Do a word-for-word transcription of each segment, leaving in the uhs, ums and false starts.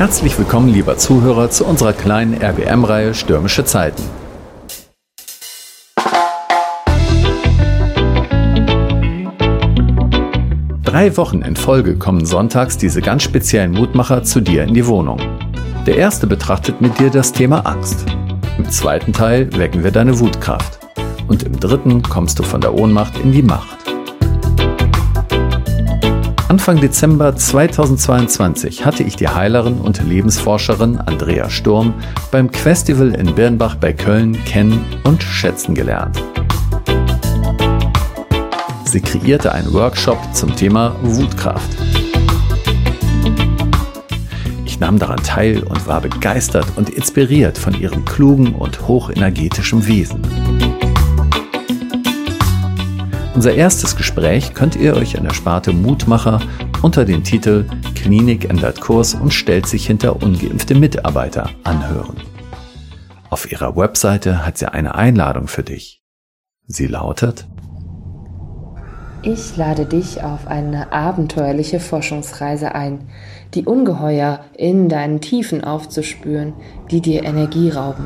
Herzlich willkommen, lieber Zuhörer, zu unserer kleinen R B M-Reihe Stürmische Zeiten. Drei Wochen in Folge kommen sonntags diese ganz speziellen Mutmacher zu dir in die Wohnung. Der erste betrachtet mit dir das Thema Angst. Im zweiten Teil wecken wir deine Wutkraft. Und im dritten kommst du von der Ohnmacht in die Macht. Anfang Dezember zweitausendzweiundzwanzig hatte ich die Heilerin und Lebensforscherin Andrea Sturm beim Questival in Birnbach bei Köln kennen und schätzen gelernt. Sie kreierte einen Workshop zum Thema Wutkraft. Ich nahm daran teil und war begeistert und inspiriert von ihrem klugen und hochenergetischen Wesen. Unser erstes Gespräch könnt ihr euch an der Sparte Mutmacher unter dem Titel Klinik ändert Kurs und stellt sich hinter ungeimpfte Mitarbeiter anhören. Auf ihrer Webseite hat sie eine Einladung für dich. Sie lautet: Ich lade dich auf eine abenteuerliche Forschungsreise ein, die Ungeheuer in deinen Tiefen aufzuspüren, die dir Energie rauben.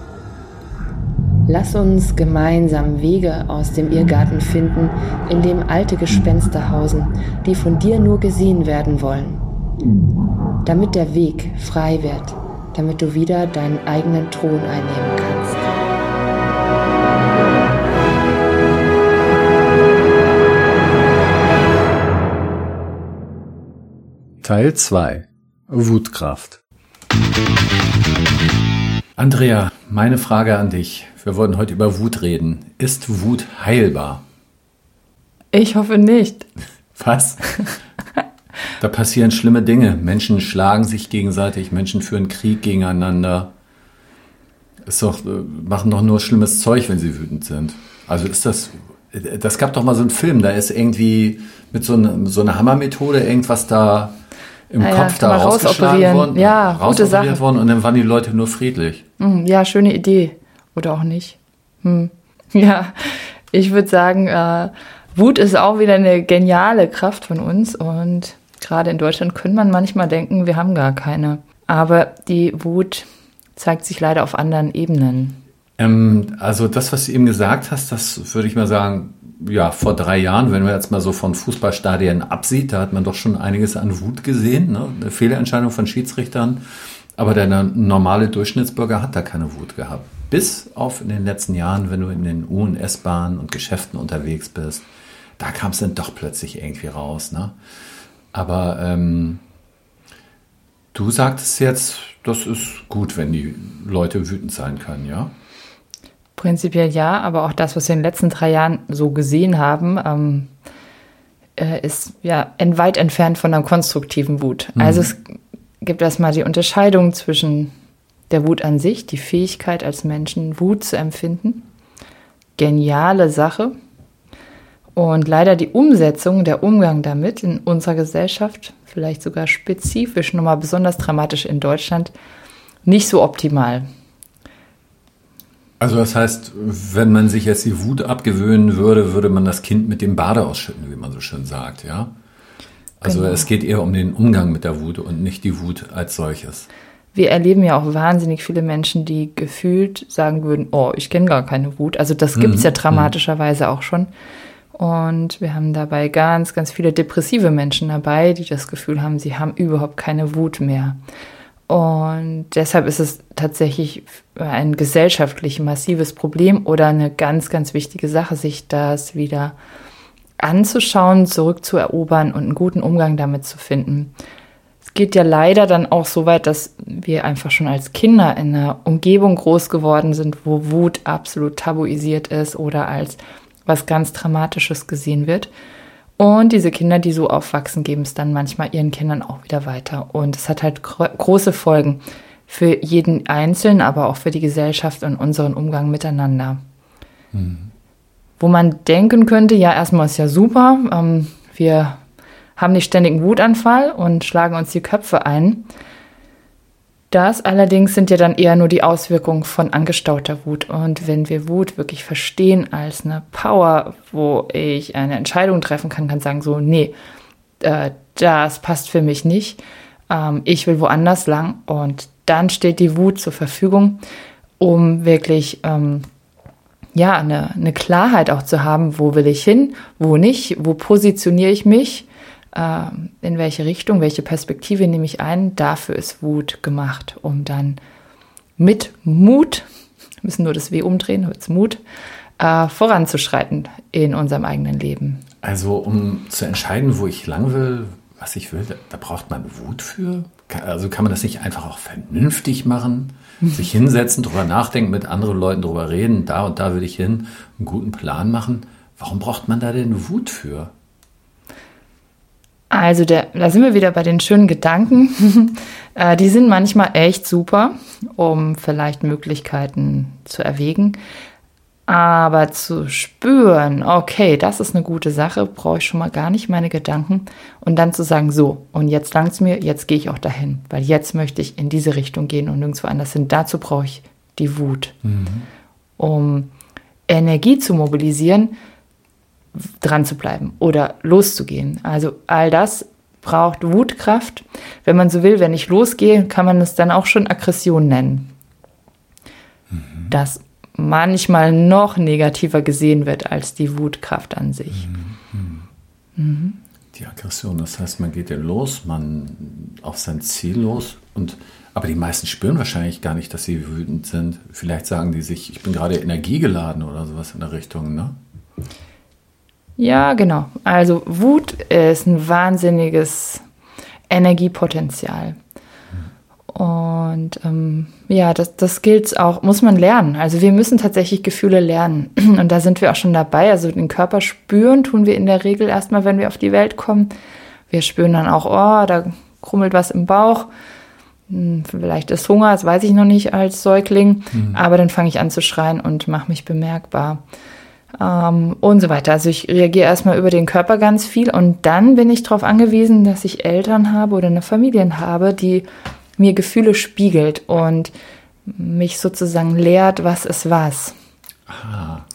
Lass uns gemeinsam Wege aus dem Irrgarten finden, in dem alte Gespenster hausen, die von dir nur gesehen werden wollen. Damit der Weg frei wird, damit du wieder deinen eigenen Thron einnehmen kannst. Teil zwei. Wutkraft. Andrea, meine Frage an dich. Wir wollen heute über Wut reden. Ist Wut heilbar? Ich hoffe nicht. Was? Da passieren schlimme Dinge. Menschen schlagen sich gegenseitig, Menschen führen Krieg gegeneinander. Ist doch, machen doch nur schlimmes Zeug, wenn sie wütend sind. Also ist das... Das gab doch mal so einen Film, da ist irgendwie mit so, eine, so einer Hammermethode irgendwas da im ah, Kopf ja, da rausgeschlagen worden, ja, rausoperiert worden und dann waren die Leute nur friedlich. Ja, schöne Idee. Oder auch nicht. Hm. Ja, ich würde sagen, äh, Wut ist auch wieder eine geniale Kraft von uns und gerade in Deutschland könnte man manchmal denken, wir haben gar keine. Aber die Wut zeigt sich leider auf anderen Ebenen. Ähm, also das, was du eben gesagt hast, das würde ich mal sagen, ja, vor drei Jahren, wenn man jetzt mal so von Fußballstadien absieht, da hat man doch schon einiges an Wut gesehen, ne? Eine Fehlentscheidung von Schiedsrichtern, aber der normale Durchschnittsbürger hat da keine Wut gehabt. Bis auf in den letzten Jahren, wenn du in den U- und S-Bahnen und Geschäften unterwegs bist, da kam es dann doch plötzlich irgendwie raus, ne? Aber ähm, du sagtest jetzt, das ist gut, wenn die Leute wütend sein können, ja? Prinzipiell ja, aber auch das, was wir in den letzten drei Jahren so gesehen haben, ähm, äh, ist ja weit entfernt von einer konstruktiven Wut. Mhm. Also es gibt erstmal die Unterscheidung zwischen der Wut an sich, die Fähigkeit als Menschen, Wut zu empfinden. Geniale Sache. Und leider die Umsetzung, der Umgang damit in unserer Gesellschaft, vielleicht sogar spezifisch, nochmal besonders dramatisch in Deutschland, nicht so optimal. Also das heißt, wenn man sich jetzt die Wut abgewöhnen würde, würde man das Kind mit dem Bade ausschütten, wie man so schön sagt, ja? Also genau. Es geht eher um den Umgang mit der Wut und nicht die Wut als solches. Wir erleben ja auch wahnsinnig viele Menschen, die gefühlt sagen würden, oh, ich kenne gar keine Wut. Also das gibt es mhm. ja dramatischerweise auch schon. Und wir haben dabei ganz, ganz viele depressive Menschen dabei, die das Gefühl haben, sie haben überhaupt keine Wut mehr. Und deshalb ist es tatsächlich ein gesellschaftlich massives Problem oder eine ganz, ganz wichtige Sache, sich das wieder anzuschauen, zurückzuerobern und einen guten Umgang damit zu finden. Es geht ja leider dann auch so weit, dass wir einfach schon als Kinder in einer Umgebung groß geworden sind, wo Wut absolut tabuisiert ist oder als was ganz Dramatisches gesehen wird. Und diese Kinder, die so aufwachsen, geben es dann manchmal ihren Kindern auch wieder weiter. Und es hat halt gro- große Folgen für jeden Einzelnen, aber auch für die Gesellschaft und unseren Umgang miteinander. Mhm. Wo man denken könnte, ja, erstmal ist ja super, ähm, wir haben nicht ständig einen Wutanfall und schlagen uns die Köpfe ein. Das allerdings sind ja dann eher nur die Auswirkungen von angestauter Wut. Und wenn wir Wut wirklich verstehen als eine Power, wo ich eine Entscheidung treffen kann, kann sagen so, nee, äh, das passt für mich nicht, ähm, ich will woanders lang. Und dann steht die Wut zur Verfügung, um wirklich ähm, ja, eine, eine Klarheit auch zu haben, wo will ich hin, wo nicht, wo positioniere ich mich, äh, in welche Richtung, welche Perspektive nehme ich ein. Dafür ist Wut gemacht, um dann mit Mut, wir müssen nur das W umdrehen, wird es Mut, äh, voranzuschreiten in unserem eigenen Leben. Also um zu entscheiden, wo ich lang will, was ich will, da, da braucht man Wut für? Also kann man das nicht einfach auch vernünftig machen? Sich hinsetzen, drüber nachdenken, mit anderen Leuten drüber reden, da und da will ich hin, einen guten Plan machen. Warum braucht man da denn Wut für? Also der, da sind wir wieder bei den schönen Gedanken. äh, die sind manchmal echt super, um vielleicht Möglichkeiten zu erwägen. Aber zu spüren, okay, das ist eine gute Sache, brauche ich schon mal gar nicht meine Gedanken. Und dann zu sagen, so, und jetzt langt's mir, jetzt gehe ich auch dahin. Weil jetzt möchte ich in diese Richtung gehen und nirgendwo anders hin. Dazu brauche ich die Wut. Mhm. Um Energie zu mobilisieren, dran zu bleiben oder loszugehen. Also all das braucht Wutkraft. Wenn man so will, wenn ich losgehe, kann man es dann auch schon Aggression nennen. Mhm. Das manchmal noch negativer gesehen wird als die Wutkraft an sich. Mhm. Mhm. Die Aggression, das heißt, man geht ja los, man auf sein Ziel los, und aber die meisten spüren wahrscheinlich gar nicht, dass sie wütend sind. Vielleicht sagen die sich, ich bin gerade energiegeladen oder sowas in der Richtung, ne? Ja, genau. Also Wut ist ein wahnsinniges Energiepotenzial. Und ähm, ja, das, das gilt auch, muss man lernen. Also wir müssen tatsächlich Gefühle lernen. Und da sind wir auch schon dabei. Also den Körper spüren tun wir in der Regel erstmal, wenn wir auf die Welt kommen. Wir spüren dann auch, oh, da krummelt was im Bauch. Hm, vielleicht ist Hunger, das weiß ich noch nicht als Säugling. Mhm. Aber dann fange ich an zu schreien und mache mich bemerkbar. Ähm, und so weiter. Also ich reagiere erstmal über den Körper ganz viel. Und dann bin ich darauf angewiesen, dass ich Eltern habe oder eine Familie habe, die mir Gefühle spiegelt und mich sozusagen lehrt, was ist was. Ah,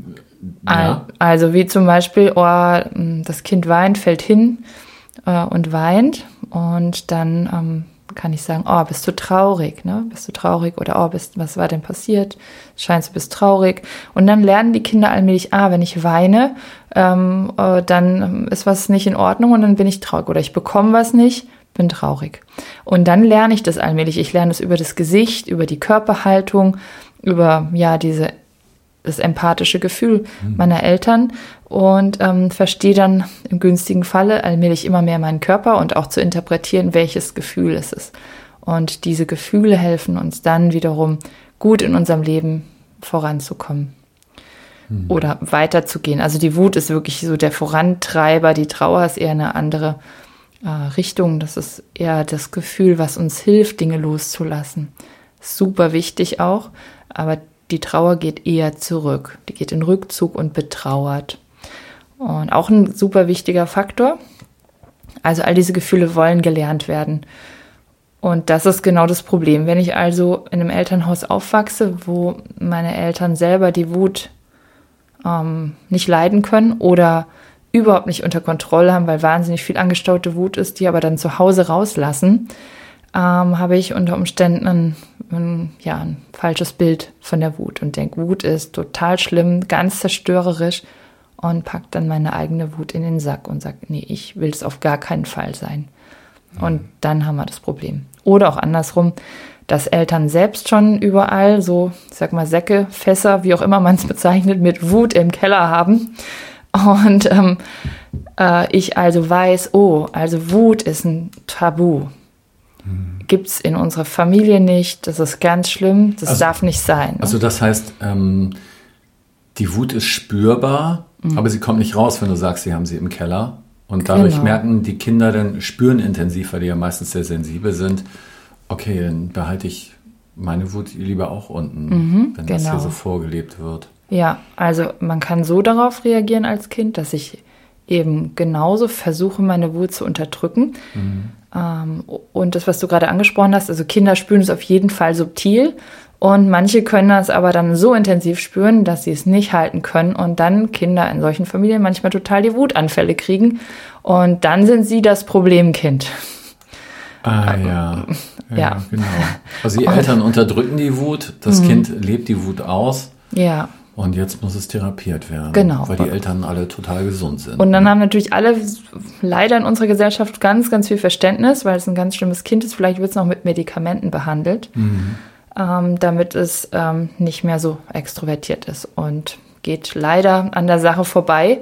ja. Also wie zum Beispiel, oh, das Kind weint, fällt hin äh, und weint, und dann ähm, kann ich sagen, oh, bist du traurig, ne? Bist du traurig, oder oh, bist, was war denn passiert? Scheinst du bist traurig. Und dann lernen die Kinder allmählich, ah, wenn ich weine, ähm, äh, dann ist was nicht in Ordnung und dann bin ich traurig, oder ich bekomme was nicht, bin traurig. Und dann lerne ich das allmählich. Ich lerne das über das Gesicht, über die Körperhaltung, über ja diese das empathische Gefühl mhm. meiner Eltern, und ähm, verstehe dann im günstigen Falle allmählich immer mehr meinen Körper und auch zu interpretieren, welches Gefühl es ist. Und diese Gefühle helfen uns dann wiederum gut in unserem Leben voranzukommen mhm. oder weiterzugehen. Also die Wut ist wirklich so der Vorantreiber, die Trauer ist eher eine andere Richtung. Das ist eher das Gefühl, was uns hilft, Dinge loszulassen. Super wichtig auch, aber die Trauer geht eher zurück. Die geht in Rückzug und betrauert. Und auch ein super wichtiger Faktor. Also all diese Gefühle wollen gelernt werden. Und das ist genau das Problem. Wenn ich also in einem Elternhaus aufwachse, wo meine Eltern selber die Wut ähm, nicht leiden können oder überhaupt nicht unter Kontrolle haben, weil wahnsinnig viel angestaute Wut ist, die aber dann zu Hause rauslassen, ähm, habe ich unter Umständen ein, ein, ja, ein falsches Bild von der Wut und denke, Wut ist total schlimm, ganz zerstörerisch, und packe dann meine eigene Wut in den Sack und sage, nee, ich will es auf gar keinen Fall sein. Mhm. Und dann haben wir das Problem. Oder auch andersrum, dass Eltern selbst schon überall so, ich sag mal, Säcke, Fässer, wie auch immer man es bezeichnet, mit Wut im Keller haben. Und ähm, äh, ich also weiß, oh, also Wut ist ein Tabu. Hm. Gibt es in unserer Familie nicht, das ist ganz schlimm, das also, darf nicht sein. Ne? Also das heißt, ähm, die Wut ist spürbar, mhm. aber sie kommt nicht raus, wenn du sagst, sie haben sie im Keller. Und dadurch genau. merken die Kinder dann, spüren intensiv, weil die ja meistens sehr sensibel sind, okay, dann behalte ich meine Wut lieber auch unten, mhm, wenn genau. das hier so vorgelebt wird. Ja, also man kann so darauf reagieren als Kind, dass ich eben genauso versuche, meine Wut zu unterdrücken. Mhm. Ähm, und das, was du gerade angesprochen hast, also Kinder spüren es auf jeden Fall subtil, und manche können das aber dann so intensiv spüren, dass sie es nicht halten können und dann Kinder in solchen Familien manchmal total die Wutanfälle kriegen, und dann sind sie das Problemkind. Ah ja. ja, ja. genau. Also die Eltern unterdrücken die Wut, das mhm. Kind lebt die Wut aus. Ja. Und jetzt muss es therapiert werden, genau. weil die Eltern alle total gesund sind. Und dann haben natürlich alle leider in unserer Gesellschaft ganz, ganz viel Verständnis, weil es ein ganz schlimmes Kind ist. Vielleicht wird es noch mit Medikamenten behandelt, mhm. ähm, damit es ähm, nicht mehr so extrovertiert ist und geht leider an der Sache vorbei.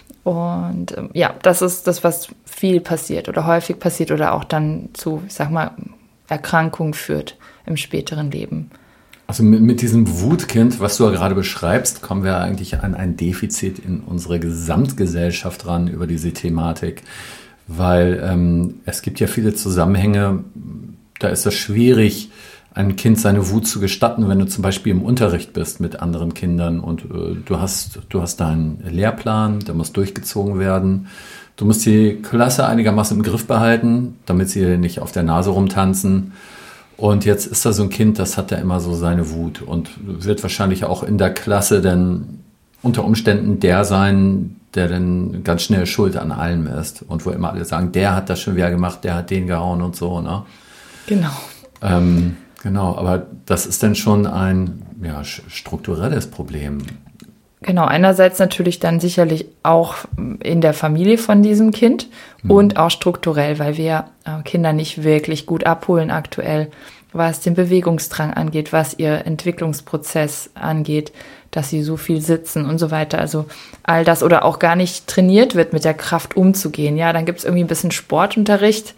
Und ähm, ja, das ist das, was viel passiert oder häufig passiert oder auch dann zu, ich sag mal, Erkrankungen führt im späteren Leben. Also mit, mit diesem Wutkind, was du ja gerade beschreibst, kommen wir eigentlich an ein Defizit in unsere Gesamtgesellschaft ran über diese Thematik. Weil ähm, es gibt ja viele Zusammenhänge, da ist es schwierig, einem Kind seine Wut zu gestatten, wenn du zum Beispiel im Unterricht bist mit anderen Kindern und äh, du hast, du hast deinen Lehrplan, der muss durchgezogen werden. Du musst die Klasse einigermaßen im Griff behalten, damit sie nicht auf der Nase rumtanzen. Und jetzt ist da so ein Kind, das hat ja immer so seine Wut und wird wahrscheinlich auch in der Klasse dann unter Umständen der sein, der dann ganz schnell schuld an allem ist. Und wo immer alle sagen, der hat das schon wieder gemacht, der hat den gehauen und so, ne? Genau. Ähm, genau, aber das ist dann schon ein ja, strukturelles Problem. Genau, einerseits natürlich dann sicherlich auch in der Familie von diesem Kind mhm. und auch strukturell, weil wir äh, Kinder nicht wirklich gut abholen aktuell, was den Bewegungsdrang angeht, was ihr Entwicklungsprozess angeht, dass sie so viel sitzen und so weiter. Also all das oder auch gar nicht trainiert wird, mit der Kraft umzugehen. Ja, dann gibt es irgendwie ein bisschen Sportunterricht.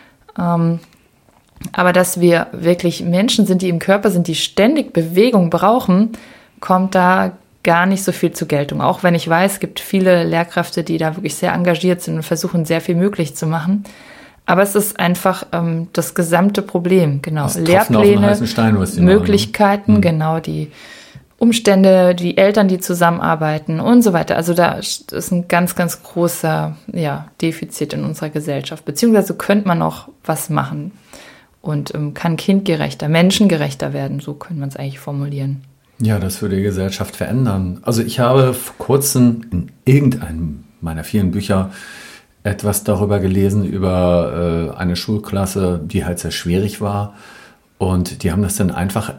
Ähm, aber dass wir wirklich Menschen sind, die im Körper sind, die ständig Bewegung brauchen, kommt da gar nicht so viel zur Geltung. Auch wenn ich weiß, es gibt viele Lehrkräfte, die da wirklich sehr engagiert sind und versuchen, sehr viel möglich zu machen. Aber es ist einfach ähm, das gesamte Problem. Genau, das Lehrpläne, Stein, Möglichkeiten, machen, ne? genau, die Umstände, die Eltern, die zusammenarbeiten und so weiter. Also da ist ein ganz, ganz großer ja, Defizit in unserer Gesellschaft. Beziehungsweise könnte man auch was machen und ähm, kann kindgerechter, menschengerechter werden. So könnte man es eigentlich formulieren. Ja, das würde die Gesellschaft verändern. Also ich habe vor kurzem in irgendeinem meiner vielen Bücher etwas darüber gelesen, über äh, eine Schulklasse, die halt sehr schwierig war. Und die haben das dann einfach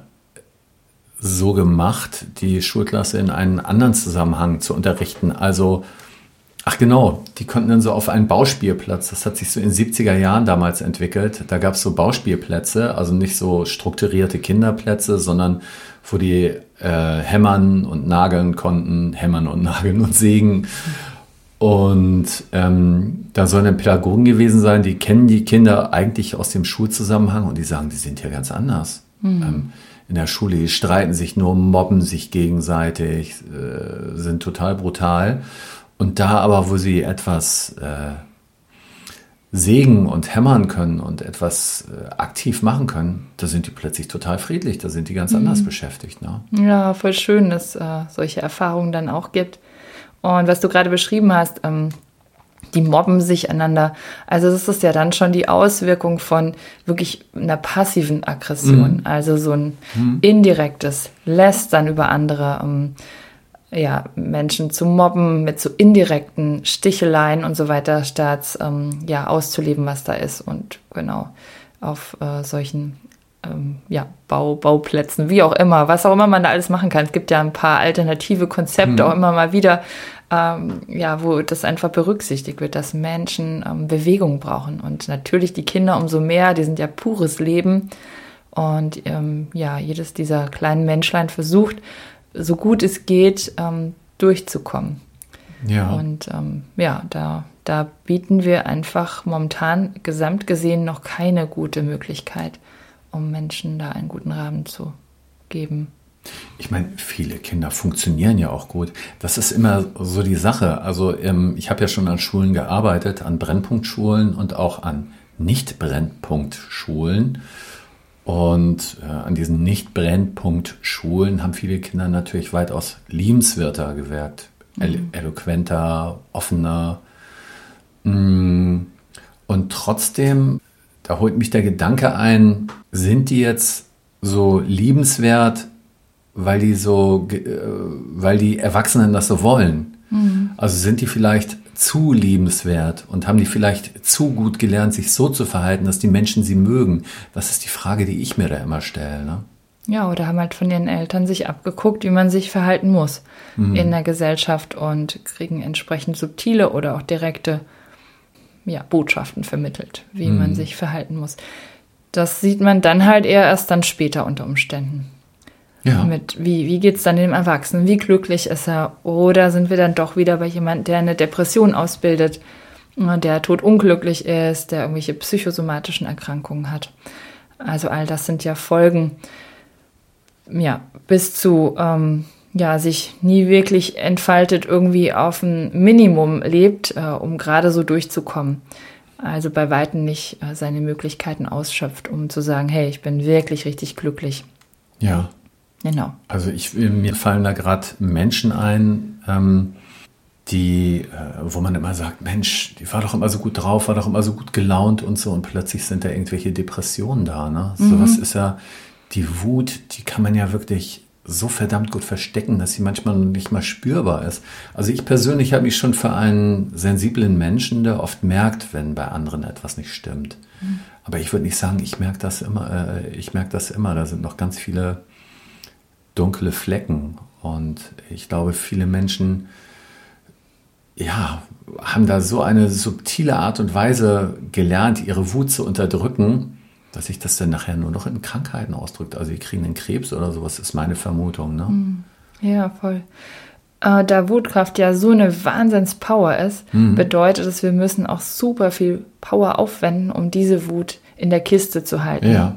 so gemacht, die Schulklasse in einen anderen Zusammenhang zu unterrichten. Also, ach genau, die konnten dann so auf einen Bauspielplatz, das hat sich so in den siebziger Jahren damals entwickelt. Da gab es so Bauspielplätze, also nicht so strukturierte Kinderplätze, sondern wo die äh, hämmern und nageln konnten, hämmern und nageln und sägen. Und ähm, da sollen dann Pädagogen gewesen sein, die kennen die Kinder eigentlich aus dem Schulzusammenhang und die sagen, die sind ja ganz anders. Mhm. Ähm, in der Schule, die streiten sich nur, mobben sich gegenseitig, äh, sind total brutal. Und da aber, wo sie etwas äh, sägen und hämmern können und etwas äh, aktiv machen können, da sind die plötzlich total friedlich, da sind die ganz mhm. anders beschäftigt. Ne? Ja, voll schön, dass äh, solche Erfahrungen dann auch gibt. Und was du gerade beschrieben hast, ähm, die mobben sich einander. Also das ist ja dann schon die Auswirkung von wirklich einer passiven Aggression. Mhm. Also so ein mhm. indirektes Lästern über andere, ähm, ja, Menschen zu mobben mit so indirekten Sticheleien und so weiter, statt ähm, ja, auszuleben, was da ist. Und genau auf äh, solchen ähm, ja, Bau, Bauplätzen, wie auch immer, was auch immer man da alles machen kann. Es gibt ja ein paar alternative Konzepte mhm. auch immer mal wieder, ähm, ja, wo das einfach berücksichtigt wird, dass Menschen ähm, Bewegung brauchen. Und natürlich die Kinder umso mehr, die sind ja pures Leben. Und ähm, ja, jedes dieser kleinen Menschlein versucht, so gut es geht, ähm, durchzukommen. Ja. Und ähm, ja, da, da bieten wir einfach momentan gesamt gesehen noch keine gute Möglichkeit, um Menschen da einen guten Rahmen zu geben. Ich meine, viele Kinder funktionieren ja auch gut. Das ist immer so die Sache. Also ähm, ich habe ja schon an Schulen gearbeitet, an Brennpunktschulen und auch an Nicht-Brennpunktschulen. Und äh, an diesen Nicht-Brennpunkt-Schulen haben viele Kinder natürlich weitaus liebenswerter gewirkt, elo- eloquenter, offener. Und trotzdem, da holt mich der Gedanke ein, sind die jetzt so liebenswert, weil die so, äh, weil die Erwachsenen das so wollen? Mhm. Also sind die vielleicht zu liebenswert und haben die vielleicht zu gut gelernt, sich so zu verhalten, dass die Menschen sie mögen? Das ist die Frage, die ich mir da immer stelle, ne? Ja, oder haben halt von ihren Eltern sich abgeguckt, wie man sich verhalten muss mhm. in der Gesellschaft und kriegen entsprechend subtile oder auch direkte ja, Botschaften vermittelt, wie mhm. man sich verhalten muss. Das sieht man dann halt eher erst dann später unter Umständen. Ja. Mit wie, wie geht es dann dem Erwachsenen? Wie glücklich ist er? Oder sind wir dann doch wieder bei jemandem, der eine Depression ausbildet, der todunglücklich ist, der irgendwelche psychosomatischen Erkrankungen hat? Also all das sind ja Folgen, ja, bis zu, ähm, ja, sich nie wirklich entfaltet, irgendwie auf ein Minimum lebt, äh, um gerade so durchzukommen. Also bei Weitem nicht äh, seine Möglichkeiten ausschöpft, um zu sagen, hey, ich bin wirklich richtig glücklich. Ja. Genau. Also ich, mir fallen da gerade Menschen ein, ähm, die, äh, wo man immer sagt, Mensch, die war doch immer so gut drauf, war doch immer so gut gelaunt und so, und plötzlich sind da irgendwelche Depressionen da, ne? Mhm. Sowas ist ja, die Wut, die kann man ja wirklich so verdammt gut verstecken, dass sie manchmal nicht mal spürbar ist. Also ich persönlich habe mich schon für einen sensiblen Menschen, der oft merkt, wenn bei anderen etwas nicht stimmt. Mhm. Aber ich würde nicht sagen, ich merke das immer, äh, ich merke das immer, da sind noch ganz viele dunkle Flecken. Und ich glaube, viele Menschen, ja, haben da so eine subtile Art und Weise gelernt, ihre Wut zu unterdrücken, dass sich das dann nachher nur noch in Krankheiten ausdrückt. Also die kriegen einen Krebs oder sowas, ist meine Vermutung. Ne? Ja, voll. Äh, da Wutkraft ja so eine Wahnsinnspower ist, mhm. bedeutet es, wir müssen auch super viel Power aufwenden, um diese Wut in der Kiste zu halten. Ja.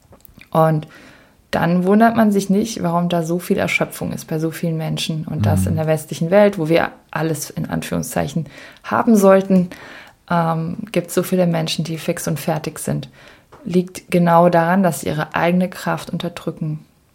Und dann wundert man sich nicht, warum da so viel Erschöpfung ist bei so vielen Menschen. Und das in der westlichen Welt, wo wir alles in Anführungszeichen haben sollten, ähm, gibt es so viele Menschen, die fix und fertig sind. Liegt genau daran, dass sie ihre eigene Kraft unterdrücken.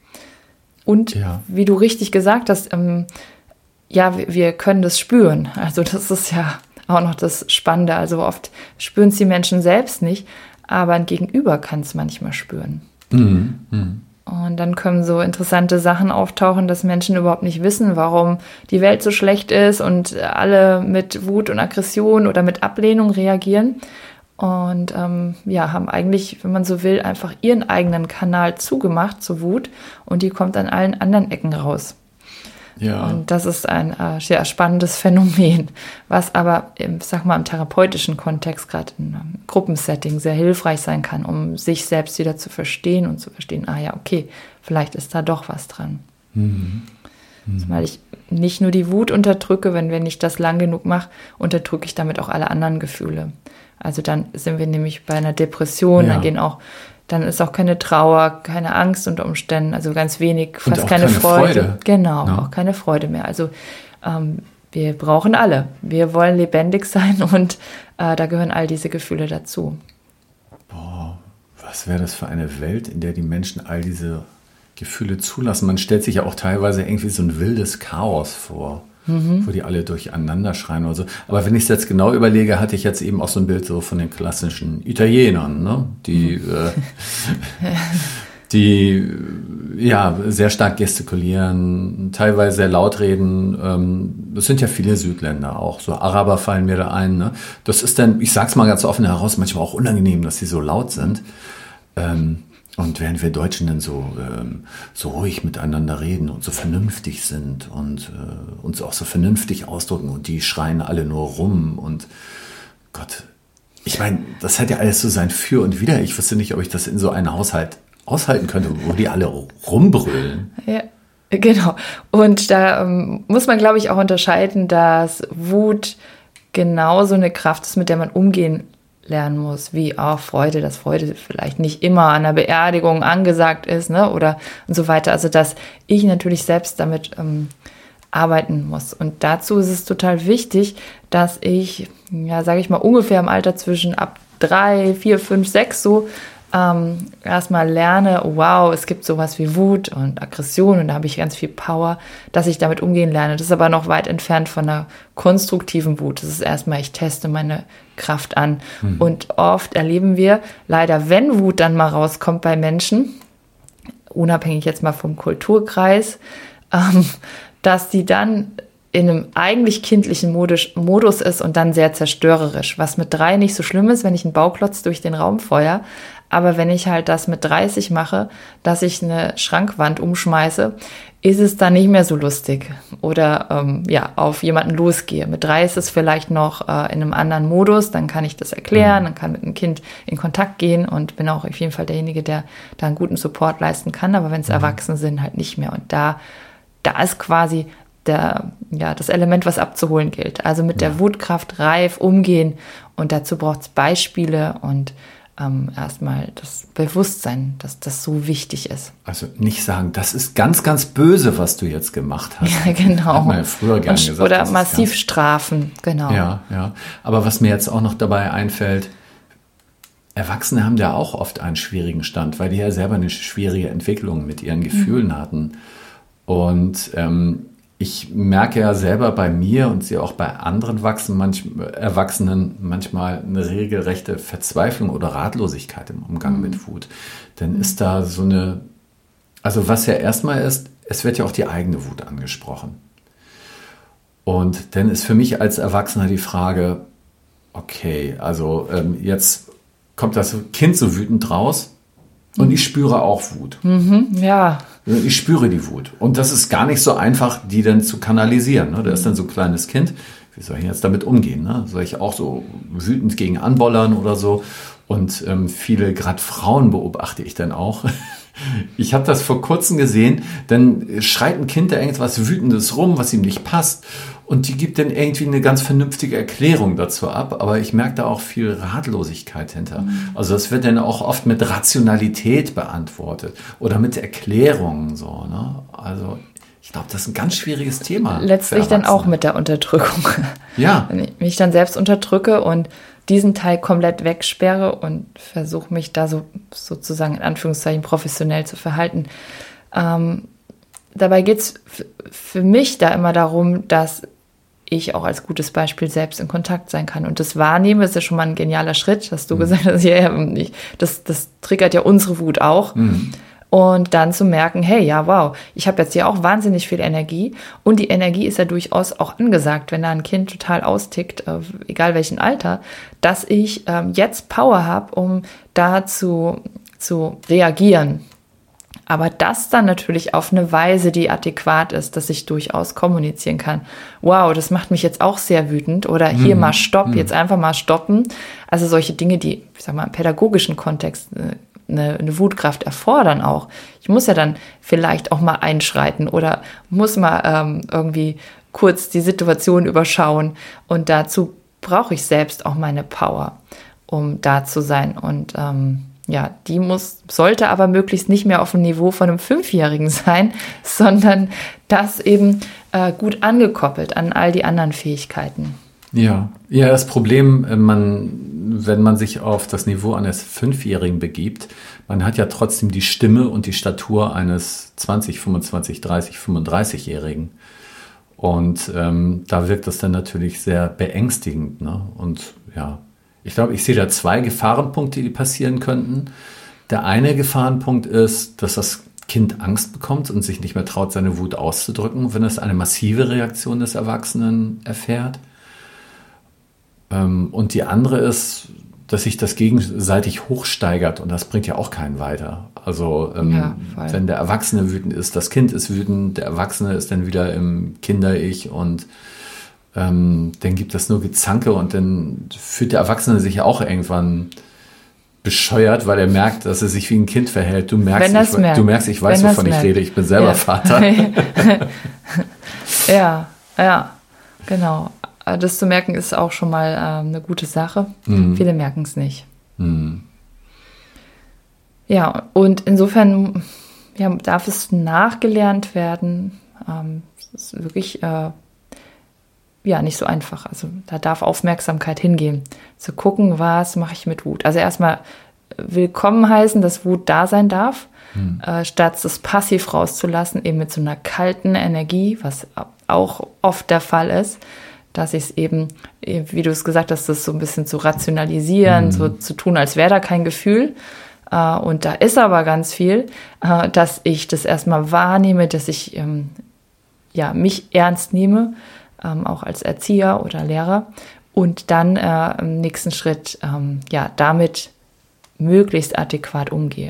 Und ja. wie du richtig gesagt hast, ähm, ja, wir, wir können das spüren. Also das ist ja auch noch das Spannende. Also oft spüren es die Menschen selbst nicht, aber ein Gegenüber kann es manchmal spüren. Mhm. Mhm. Und dann können so interessante Sachen auftauchen, dass Menschen überhaupt nicht wissen, warum die Welt so schlecht ist und alle mit Wut und Aggression oder mit Ablehnung reagieren. Und ähm, ja, haben eigentlich, wenn man so will, einfach ihren eigenen Kanal zugemacht zur Wut, und die kommt an allen anderen Ecken raus. Ja. Und das ist ein äh, sehr spannendes Phänomen, was aber, im, sag mal, im therapeutischen Kontext, gerade in einem Gruppensetting, sehr hilfreich sein kann, um sich selbst wieder zu verstehen und zu verstehen, ah ja, okay, vielleicht ist da doch was dran. Mhm. Mhm. Also, weil ich nicht nur die Wut unterdrücke, wenn, wenn ich das lang genug mache, unterdrücke ich damit auch alle anderen Gefühle. Also dann sind wir nämlich bei einer Depression, ja. dann gehen auch, dann ist auch keine Trauer, keine Angst unter Umständen, also ganz wenig, fast und auch keine, keine Freude. Freude. Genau, ja. auch keine Freude mehr. Also ähm, wir brauchen alle. Wir wollen lebendig sein, und äh, da gehören all diese Gefühle dazu. Boah, was wäre das für eine Welt, in der die Menschen all diese Gefühle zulassen? Man stellt sich ja auch teilweise irgendwie so ein wildes Chaos vor. Mhm. Wo die alle durcheinander schreien oder so. Aber wenn ich es jetzt genau überlege, hatte ich jetzt eben auch so ein Bild so von den klassischen Italienern, ne? die, mhm. äh, die ja sehr stark gestikulieren, teilweise sehr laut reden. Ähm, das sind ja viele Südländer auch, so Araber fallen mir da ein. Ne? Das ist dann, ich sag's mal ganz offen heraus, manchmal auch unangenehm, dass sie so laut sind. Ähm, Und während wir Deutschen dann so, ähm, so ruhig miteinander reden und so vernünftig sind und äh, uns auch so vernünftig ausdrücken, und die schreien alle nur rum, und Gott, ich meine, das hat ja alles so sein Für und Wider. Ich wüsste nicht, ob ich das in so einem Haushalt aushalten könnte, wo die alle rumbrüllen. Ja, genau. Und da ähm, muss man, glaube ich, auch unterscheiden, dass Wut genauso eine Kraft ist, mit der man umgehen lernen muss, wie auch Freude, dass Freude vielleicht nicht immer an einer Beerdigung angesagt ist, ne, oder und so weiter. Also dass ich natürlich selbst damit ähm, arbeiten muss. Und dazu ist es total wichtig, dass ich, ja, sage ich mal, ungefähr im Alter zwischen ab drei, vier, fünf, sechs so ähm, erstmal lerne, wow, es gibt sowas wie Wut und Aggression, und da habe ich ganz viel Power, dass ich damit umgehen lerne. Das ist aber noch weit entfernt von einer konstruktiven Wut. Das ist erstmal, ich teste meine Kraft an. Mhm. Und oft erleben wir leider, wenn Wut dann mal rauskommt bei Menschen, unabhängig jetzt mal vom Kulturkreis, ähm, dass die dann in einem eigentlich kindlichen Modus, Modus ist und dann sehr zerstörerisch. Was mit drei nicht so schlimm ist, wenn ich einen Bauklotz durch den Raum feuer. Aber wenn ich halt das mit dreißig mache, dass ich eine Schrankwand umschmeiße, ist es dann nicht mehr so lustig. Oder ähm, ja, auf jemanden losgehe. Mit drei ist es vielleicht noch äh, in einem anderen Modus, dann kann ich das erklären, dann kann mit einem Kind in Kontakt gehen und bin auch auf jeden Fall derjenige, der da einen guten Support leisten kann. Aber wenn es mhm. Erwachsene sind, halt nicht mehr. Und da, da ist quasi der, ja, das Element, was abzuholen gilt. Also mit ja. der Wutkraft reif umgehen. Und dazu braucht es Beispiele und ähm, erstmal das Bewusstsein, dass das so wichtig ist. Also nicht sagen, das ist ganz, ganz böse, was du jetzt gemacht hast. Ja, genau. Hat man ja früher gerne und, gesagt. Oder massiv ganz, strafen, genau. Ja, ja. Aber was mir jetzt auch noch dabei einfällt, Erwachsene haben ja auch oft einen schwierigen Stand, weil die ja selber eine schwierige Entwicklung mit ihren Gefühlen mhm. hatten. Und ähm, ich merke ja selber bei mir und sehe auch bei anderen Wachsen, manch, Erwachsenen manchmal eine regelrechte Verzweiflung oder Ratlosigkeit im Umgang mhm. mit Wut. Denn mhm. ist da so eine, also was ja erstmal ist, es wird ja auch die eigene Wut angesprochen. Und dann ist für mich als Erwachsener die Frage, okay, also ähm, jetzt kommt das Kind so wütend raus und ich spüre auch Wut. Mhm, ja. Ich spüre die Wut. Und das ist gar nicht so einfach, die dann zu kanalisieren. Ne? Da ist dann so ein kleines Kind. Wie soll ich jetzt damit umgehen? Ne? Soll ich auch so wütend gegen anbollern oder so? Und ähm, viele, gerade Frauen beobachte ich dann auch. Ich habe das vor kurzem gesehen, dann schreit ein Kind da irgendwas Wütendes rum, was ihm nicht passt. Und die gibt dann irgendwie eine ganz vernünftige Erklärung dazu ab. Aber ich merke da auch viel Ratlosigkeit hinter. Mhm. Also das wird dann auch oft mit Rationalität beantwortet oder mit Erklärungen. So, ne? Also ich glaube, das ist ein ganz schwieriges Thema. Letztlich dann auch mit der Unterdrückung. Ja. Wenn ich mich dann selbst unterdrücke und diesen Teil komplett wegsperre und versuche mich da so sozusagen in Anführungszeichen professionell zu verhalten. Ähm, dabei geht es f- für mich da immer darum, dass ich auch als gutes Beispiel selbst in Kontakt sein kann. Und das Wahrnehmen ist ja schon mal ein genialer Schritt, dass du mhm. gesagt hast, ja, ich, das, das triggert ja unsere Wut auch. Mhm. Und dann zu merken, hey, ja, wow, ich habe jetzt hier auch wahnsinnig viel Energie und die Energie ist ja durchaus auch angesagt, wenn da ein Kind total austickt, äh, egal welchen Alter, dass ich ähm, jetzt Power habe, um da zu, zu reagieren. Aber das dann natürlich auf eine Weise, die adäquat ist, dass ich durchaus kommunizieren kann. Wow, das macht mich jetzt auch sehr wütend. Oder hier mhm. mal Stopp, mhm. jetzt einfach mal stoppen. Also solche Dinge, die, ich sag mal, im pädagogischen Kontext äh, Eine, eine Wutkraft erfordern auch. Ich muss ja dann vielleicht auch mal einschreiten oder muss mal ähm, irgendwie kurz die Situation überschauen. Und dazu brauche ich selbst auch meine Power, um da zu sein. Und ähm, ja, die muss, sollte aber möglichst nicht mehr auf dem Niveau von einem Fünfjährigen sein, sondern das eben äh, gut angekoppelt an all die anderen Fähigkeiten. Ja, ja, das Problem, man, wenn man sich auf das Niveau eines Fünfjährigen begibt, man hat ja trotzdem die Stimme und die Statur eines zwanzig, fünfundzwanzig, dreißig, fünfunddreißig-Jährigen. Und ähm, da wirkt das dann natürlich sehr beängstigend. Ne? Und ja, ich glaube, ich sehe da zwei Gefahrenpunkte, die passieren könnten. Der eine Gefahrenpunkt ist, dass das Kind Angst bekommt und sich nicht mehr traut, seine Wut auszudrücken, wenn es eine massive Reaktion des Erwachsenen erfährt. Und die andere ist, dass sich das gegenseitig hochsteigert und das bringt ja auch keinen weiter. Also ähm, ja, wenn der Erwachsene wütend ist, das Kind ist wütend, der Erwachsene ist dann wieder im Kinder-Ich und ähm, dann gibt es nur Gezanke und dann fühlt der Erwachsene sich ja auch irgendwann bescheuert, weil er merkt, dass er sich wie ein Kind verhält. Du merkst, ich, merkt. Du merkst, ich weiß, wovon ich rede. Ich bin selber ja. Vater. ja, ja, genau. Das zu merken ist auch schon mal äh, eine gute Sache. Mhm. Viele merken es nicht. Mhm. Ja, und insofern ja, darf es nachgelernt werden. Ähm, es ist wirklich äh, ja, nicht so einfach. Also da darf Aufmerksamkeit hingehen. Zu gucken, was mache ich mit Wut. Also erstmal willkommen heißen, dass Wut da sein darf, mhm. äh, statt es passiv rauszulassen, eben mit so einer kalten Energie, was auch oft der Fall ist. Dass ich es eben, wie du es gesagt hast, das so ein bisschen zu rationalisieren, mhm. so zu tun, als wäre da kein Gefühl. Äh, und da ist aber ganz viel, äh, dass ich das erstmal wahrnehme, dass ich ähm, ja, mich ernst nehme, ähm, auch als Erzieher oder Lehrer. Und dann äh, im nächsten Schritt ähm, ja, damit möglichst adäquat umgehe.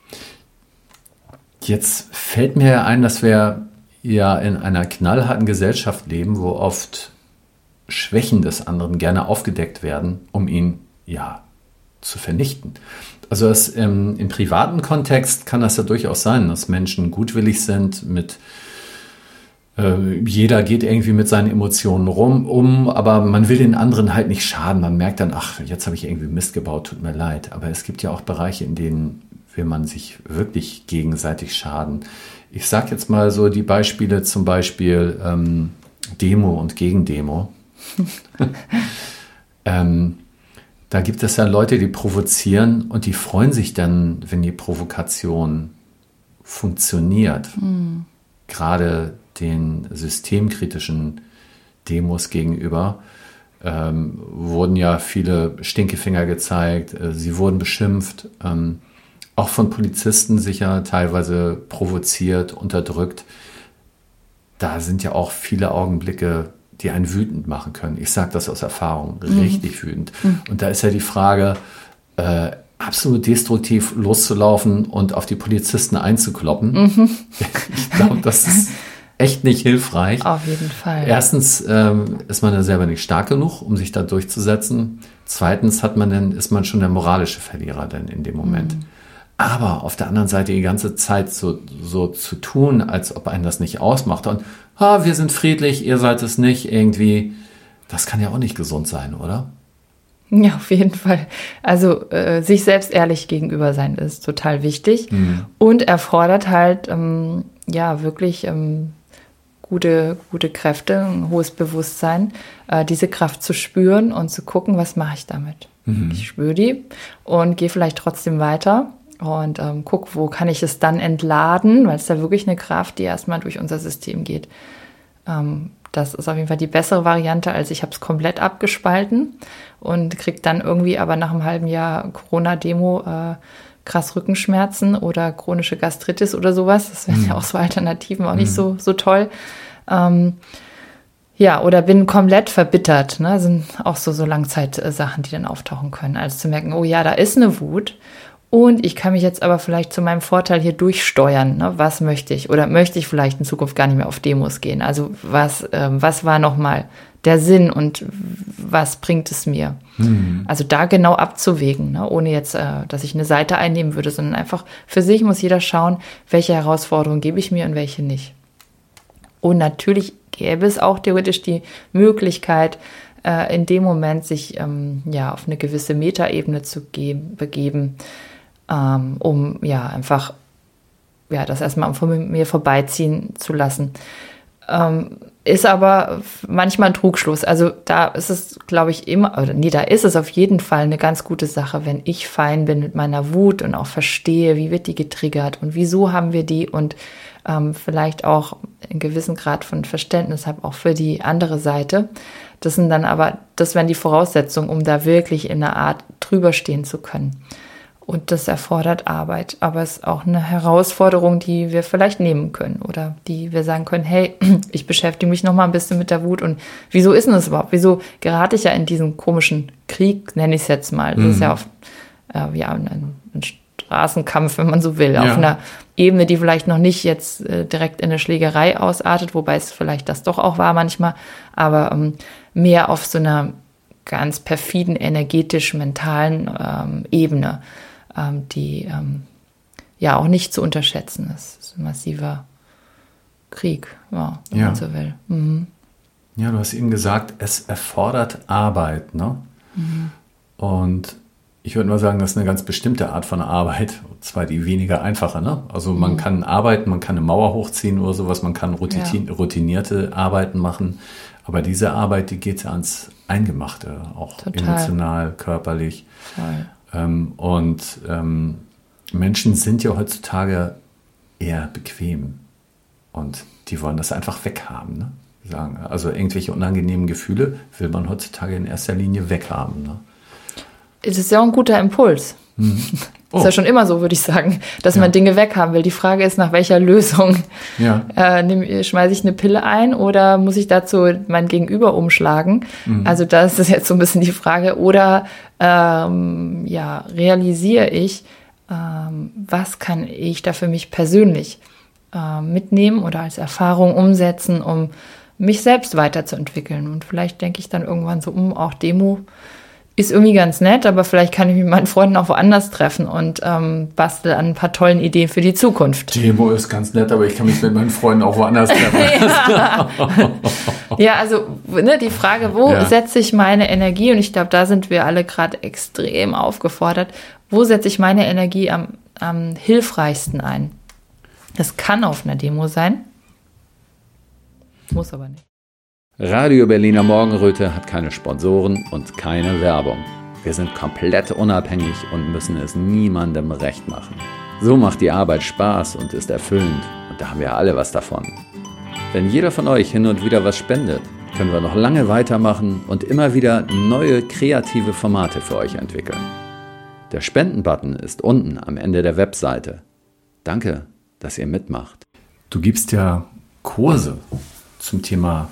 Jetzt fällt mir ein, dass wir ja in einer knallharten Gesellschaft leben, wo oft Schwächen des anderen gerne aufgedeckt werden, um ihn ja zu vernichten. Also es, im, im privaten Kontext kann das ja durchaus sein, dass Menschen gutwillig sind, mit äh, jeder geht irgendwie mit seinen Emotionen rum, um, aber man will den anderen halt nicht schaden. Man merkt dann, ach, jetzt habe ich irgendwie Mist gebaut, tut mir leid. Aber es gibt ja auch Bereiche, in denen will man sich wirklich gegenseitig schaden. Ich sage jetzt mal so die Beispiele, zum Beispiel ähm, Demo und Gegendemo. ähm, da gibt es ja Leute, die provozieren und die freuen sich dann, wenn die Provokation funktioniert. Mhm. Gerade den systemkritischen Demos gegenüber ähm, wurden ja viele Stinkefinger gezeigt, äh, sie wurden beschimpft, ähm, auch von Polizisten sicher teilweise provoziert, unterdrückt. Da sind ja auch viele Augenblicke, die einen wütend machen können. Ich sage das aus Erfahrung, mhm. richtig wütend. Mhm. Und da ist ja die Frage, äh, absolut destruktiv loszulaufen und auf die Polizisten einzukloppen. Mhm. Ich glaube, das ist echt nicht hilfreich. Auf jeden Fall. Erstens ähm, ist man ja selber nicht stark genug, um sich da durchzusetzen. Zweitens hat man dann, ist man schon der moralische Verlierer dann in dem Moment. Mhm. Aber auf der anderen Seite die ganze Zeit so, so zu tun, als ob einen das nicht ausmacht und ah, wir sind friedlich, ihr seid es nicht, irgendwie, das kann ja auch nicht gesund sein, oder? Ja, auf jeden Fall. Also äh, sich selbst ehrlich gegenüber sein ist total wichtig mhm. und erfordert halt ähm, ja wirklich ähm, gute, gute Kräfte, ein hohes Bewusstsein, äh, diese Kraft zu spüren und zu gucken, was mache ich damit. Mhm. Ich spüre die und gehe vielleicht trotzdem weiter. Und ähm, guck, wo kann ich es dann entladen, weil es da wirklich eine Kraft, die erstmal durch unser System geht. Ähm, das ist auf jeden Fall die bessere Variante, als ich habe es komplett abgespalten und kriege dann irgendwie aber nach einem halben Jahr Corona-Demo äh, krass Rückenschmerzen oder chronische Gastritis oder sowas. Das wären mhm. ja auch so Alternativen, auch mhm. nicht so, so toll. Ähm, ja, oder bin komplett verbittert. Ne? Das sind auch so, so Langzeitsachen, die dann auftauchen können. Also zu merken, oh ja, da ist eine Wut. Und ich kann mich jetzt aber vielleicht zu meinem Vorteil hier durchsteuern. Ne? Was möchte ich? Oder möchte ich vielleicht in Zukunft gar nicht mehr auf Demos gehen? Also was, ähm, was war nochmal der Sinn und was bringt es mir? Mhm. Also da genau abzuwägen, ne? Ohne jetzt, äh, dass ich eine Seite einnehmen würde, sondern einfach für sich muss jeder schauen, welche Herausforderungen gebe ich mir und welche nicht. Und natürlich gäbe es auch theoretisch die Möglichkeit, äh, in dem Moment sich ähm, ja auf eine gewisse Metaebene zu geben, begeben, Ähm, um ja einfach ja das erstmal von mir vorbeiziehen zu lassen. Ähm, ist aber manchmal ein Trugschluss. Also da ist es, glaube ich, immer, oder nee, da ist es auf jeden Fall eine ganz gute Sache, wenn ich fein bin mit meiner Wut und auch verstehe, wie wird die getriggert und wieso haben wir die und ähm, vielleicht auch einen gewissen Grad von Verständnis habe auch für die andere Seite. Das sind dann aber, das wären die Voraussetzungen, um da wirklich in einer Art drüber stehen zu können. Und das erfordert Arbeit, aber es ist auch eine Herausforderung, die wir vielleicht nehmen können oder die wir sagen können, hey, ich beschäftige mich noch mal ein bisschen mit der Wut und wieso ist denn das überhaupt? Wieso gerate ich ja in diesen komischen Krieg, nenne ich es jetzt mal. Das mhm. ist ja auf äh, ja, ein, ein Straßenkampf, wenn man so will, ja. auf einer Ebene, die vielleicht noch nicht jetzt äh, direkt in eine Schlägerei ausartet, wobei es vielleicht das doch auch war manchmal, aber ähm, mehr auf so einer ganz perfiden, energetisch-mentalen ähm, Ebene, ähm, die ähm, ja auch nicht zu unterschätzen ist. Das ist ein massiver Krieg, ja, wenn ja. man so will. Mhm. Ja, du hast eben gesagt, es erfordert Arbeit, ne? Mhm. Und ich würde mal sagen, das ist eine ganz bestimmte Art von Arbeit, und zwar die weniger einfache, ne? Also man mhm. kann arbeiten, man kann eine Mauer hochziehen oder sowas, man kann routinierte, ja. routinierte Arbeiten machen, aber diese Arbeit, die geht ja ans Eingemachte, auch Total. emotional, körperlich. Ähm, und ähm, Menschen sind ja heutzutage eher bequem und die wollen das einfach weghaben, ne? Sagen, also irgendwelche unangenehmen Gefühle will man heutzutage in erster Linie weghaben, ne? Es ist ja auch ein guter Impuls. Mhm. Oh. Ist ja schon immer so, würde ich sagen, dass ja. man Dinge weghaben will. Die Frage ist, nach welcher Lösung? Ja. Äh, schmeiße ich eine Pille ein oder muss ich dazu mein Gegenüber umschlagen? Mhm. Also das ist jetzt so ein bisschen die Frage. Oder ähm, ja, realisiere ich, ähm, was kann ich da für mich persönlich äh, mitnehmen oder als Erfahrung umsetzen, um mich selbst weiterzuentwickeln? Und vielleicht denke ich dann irgendwann so, um auch Demo ist irgendwie ganz nett, aber vielleicht kann ich mich mit meinen Freunden auch woanders treffen und ähm, bastel an ein paar tollen Ideen für die Zukunft. Demo ist ganz nett, aber ich kann mich mit meinen Freunden auch woanders treffen. ja. ja, also ne, die Frage, wo ja. setze ich meine Energie? Und ich glaube, da sind wir alle gerade extrem aufgefordert. Wo setze ich meine Energie am, am hilfreichsten ein? Das kann auf einer Demo sein, muss aber nicht. Radio Berliner Morgenröte hat keine Sponsoren und keine Werbung. Wir sind komplett unabhängig und müssen es niemandem recht machen. So macht die Arbeit Spaß und ist erfüllend und da haben wir alle was davon. Wenn jeder von euch hin und wieder was spendet, können wir noch lange weitermachen und immer wieder neue kreative Formate für euch entwickeln. Der Spenden-Button ist unten am Ende der Webseite. Danke, dass ihr mitmacht. Du gibst ja Kurse zum Thema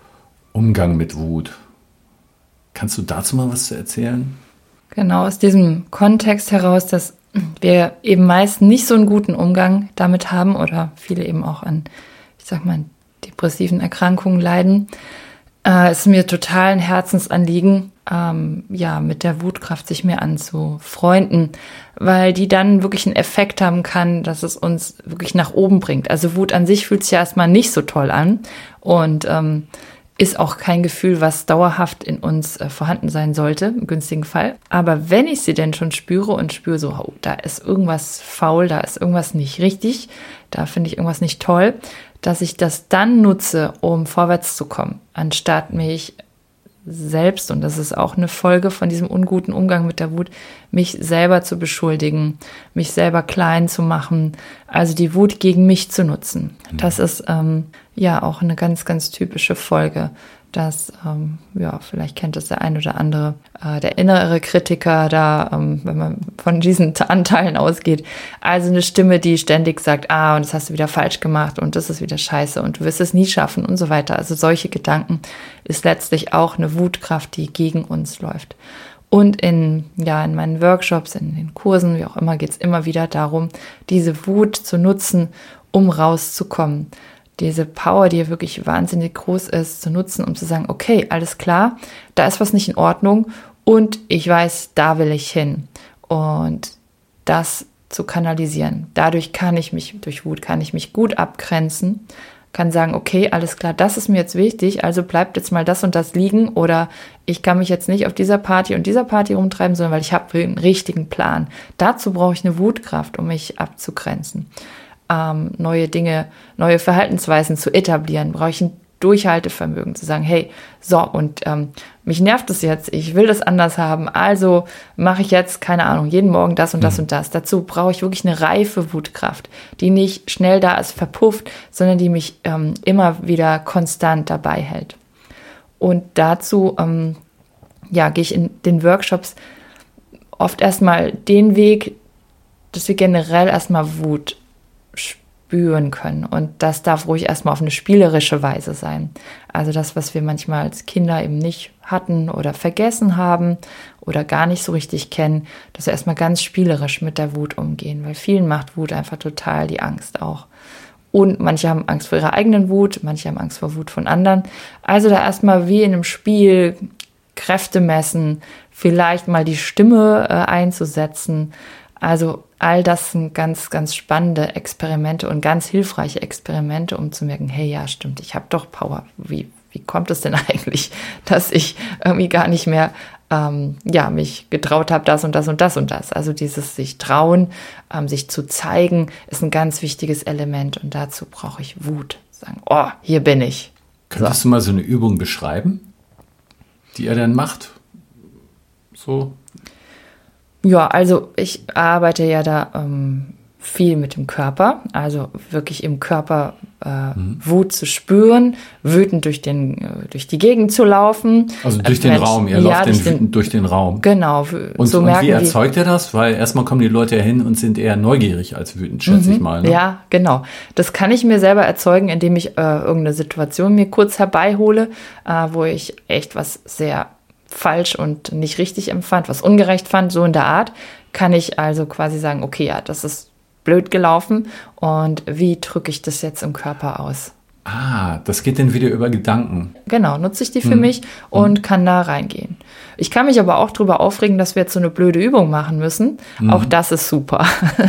Umgang mit Wut. Kannst du dazu mal was erzählen? Genau, aus diesem Kontext heraus, dass wir eben meist nicht so einen guten Umgang damit haben oder viele eben auch an, ich sag mal, depressiven Erkrankungen leiden, äh, ist mir total ein Herzensanliegen, ähm, ja, mit der Wutkraft sich mehr anzufreunden, weil die dann wirklich einen Effekt haben kann, dass es uns wirklich nach oben bringt. Also Wut an sich fühlt sich ja erstmal nicht so toll an und ähm, ist auch kein Gefühl, was dauerhaft in uns äh, vorhanden sein sollte, im günstigen Fall. Aber wenn ich sie denn schon spüre und spüre so, oh, da ist irgendwas faul, da ist irgendwas nicht richtig, da finde ich irgendwas nicht toll, dass ich das dann nutze, um vorwärts zu kommen, anstatt mich selbst, und das ist auch eine Folge von diesem unguten Umgang mit der Wut, mich selber zu beschuldigen, mich selber klein zu machen, also die Wut gegen mich zu nutzen. Das ist ähm, ja auch eine ganz, ganz typische Folge, dass, ähm, ja, vielleicht kennt es der ein oder andere, äh, der innere Kritiker da, ähm, wenn man von diesen Anteilen ausgeht, also eine Stimme, die ständig sagt, ah, und das hast du wieder falsch gemacht und das ist wieder scheiße und du wirst es nie schaffen und so weiter. Also solche Gedanken ist letztlich auch eine Wutkraft, die gegen uns läuft. Und in, ja, in meinen Workshops, in den Kursen, wie auch immer, geht es immer wieder darum, diese Wut zu nutzen, um rauszukommen. Diese Power, die ja wirklich wahnsinnig groß ist, zu nutzen, um zu sagen, okay, alles klar, da ist was nicht in Ordnung und ich weiß, da will ich hin. Und das zu kanalisieren. Dadurch kann ich mich, durch Wut kann ich mich gut abgrenzen, kann sagen, okay, alles klar, das ist mir jetzt wichtig, also bleibt jetzt mal das und das liegen oder ich kann mich jetzt nicht auf dieser Party und dieser Party rumtreiben, sondern weil ich habe einen richtigen Plan. Dazu brauche ich eine Wutkraft, um mich abzugrenzen. Ähm, neue Dinge, neue Verhaltensweisen zu etablieren, brauche ich ein Durchhaltevermögen, zu sagen, hey, so, und ähm, mich nervt es jetzt, ich will das anders haben, also mache ich jetzt, keine Ahnung, jeden Morgen das und das mhm. und das. Dazu brauche ich wirklich eine reife Wutkraft, die nicht schnell da ist, verpufft, sondern die mich ähm, immer wieder konstant dabei hält. Und dazu, ähm, ja, gehe ich in den Workshops oft erstmal den Weg, dass wir generell erstmal Wut spüren können. Und das darf ruhig erstmal auf eine spielerische Weise sein. Also das, was wir manchmal als Kinder eben nicht hatten oder vergessen haben oder gar nicht so richtig kennen, dass wir erstmal ganz spielerisch mit der Wut umgehen, weil vielen macht Wut einfach total die Angst auch. Und manche haben Angst vor ihrer eigenen Wut, manche haben Angst vor Wut von anderen. Also da erstmal wie in einem Spiel Kräfte messen, vielleicht mal die Stimme äh, einzusetzen. Also all das sind ganz, ganz spannende Experimente und ganz hilfreiche Experimente, um zu merken, hey, ja, stimmt, ich habe doch Power. Wie, wie kommt es denn eigentlich, dass ich irgendwie gar nicht mehr ähm, ja, mich getraut habe, das und das und das und das. Also dieses sich trauen, ähm, sich zu zeigen, ist ein ganz wichtiges Element und dazu brauche ich Wut. Sagen, oh, hier bin ich. Könntest so. du mal so eine Übung beschreiben, die er dann macht? So. Ja, also ich arbeite ja da ähm, viel mit dem Körper, also wirklich im Körper äh, mhm. Wut zu spüren, wütend durch den äh, durch die Gegend zu laufen. Also durch den Mensch, Raum, ihr ja, lauft durch den, den, durch den Raum. Genau. Und, so und merken wie erzeugt ihr das? Weil erstmal kommen die Leute ja hin und sind eher neugierig als wütend, schätze mhm. ich mal. Ne? Ja, genau. Das kann ich mir selber erzeugen, indem ich äh, irgendeine Situation mir kurz herbeihole, äh, wo ich echt was sehr falsch und nicht richtig empfand, was ungerecht fand, so in der Art, kann ich also quasi sagen, okay, ja, das ist blöd gelaufen und wie drücke ich das jetzt im Körper aus? Ah, das geht dann wieder über Gedanken. Genau, nutze ich die für hm. mich und hm. kann da reingehen. Ich kann mich aber auch darüber aufregen, dass wir jetzt so eine blöde Übung machen müssen. Hm. Auch das ist super.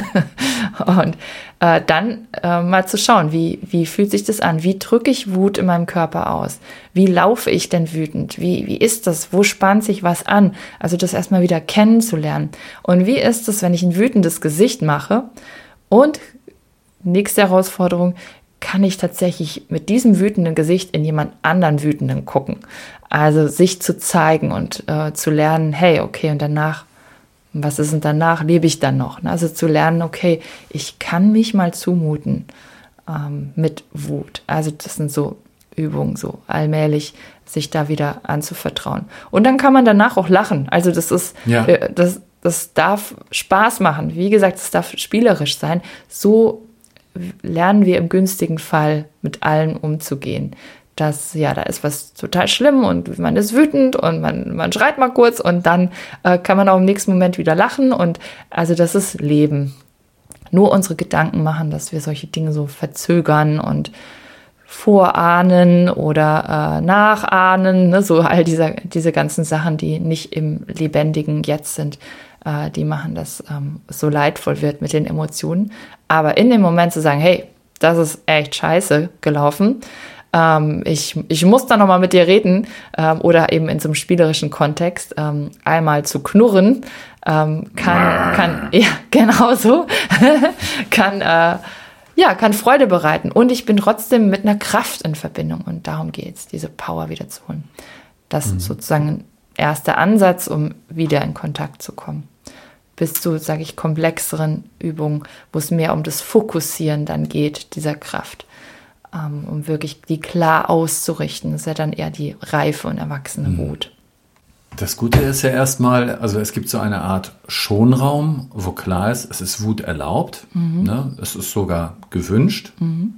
Und äh, dann äh, mal zu schauen, wie, wie fühlt sich das an? Wie drücke ich Wut in meinem Körper aus? Wie laufe ich denn wütend? Wie, wie ist das? Wo spannt sich was an? Also das erstmal wieder kennenzulernen. Und wie ist es, wenn ich ein wütendes Gesicht mache? Und nächste Herausforderung, kann ich tatsächlich mit diesem wütenden Gesicht in jemand anderen Wütenden gucken. Also sich zu zeigen und äh, zu lernen, hey, okay, und danach, was ist denn danach, lebe ich dann noch? Also zu lernen, okay, ich kann mich mal zumuten ähm, mit Wut. Also das sind so Übungen, so allmählich sich da wieder anzuvertrauen. Und dann kann man danach auch lachen. Also das ist, ja. äh, das, das darf Spaß machen. Wie gesagt, es darf spielerisch sein. So lernen wir im günstigen Fall mit allen umzugehen. Dass, ja, da ist was total schlimm und man ist wütend und man, man schreit mal kurz und dann äh, kann man auch im nächsten Moment wieder lachen und also das ist Leben. Nur unsere Gedanken machen, dass wir solche Dinge so verzögern und vorahnen oder äh, nachahnen, ne? So all diese, diese ganzen Sachen, die nicht im lebendigen Jetzt sind, äh, die machen, dass ähm, es so leidvoll wird mit den Emotionen. Aber in dem Moment zu sagen, hey, das ist echt scheiße gelaufen, ähm, ich, ich muss da nochmal mit dir reden ähm, oder eben in so einem spielerischen Kontext ähm, einmal zu knurren, ähm, kann, kann, ja, genau so, kann, äh, ja, kann Freude bereiten. Und ich bin trotzdem mit einer Kraft in Verbindung. Und darum geht's, diese Power wieder zu holen. Das ist sozusagen ein erster Ansatz, um wieder in Kontakt zu kommen. Bis zu, sage ich, komplexeren Übungen, wo es mehr um das Fokussieren dann geht, dieser Kraft. Ähm, um wirklich die klar auszurichten. Das ist ja dann eher die reife und erwachsene Wut. Das Gute ist ja erstmal, also es gibt so eine Art Schonraum, wo klar ist, es ist Wut erlaubt, mhm. ne? Es ist sogar gewünscht. Mhm.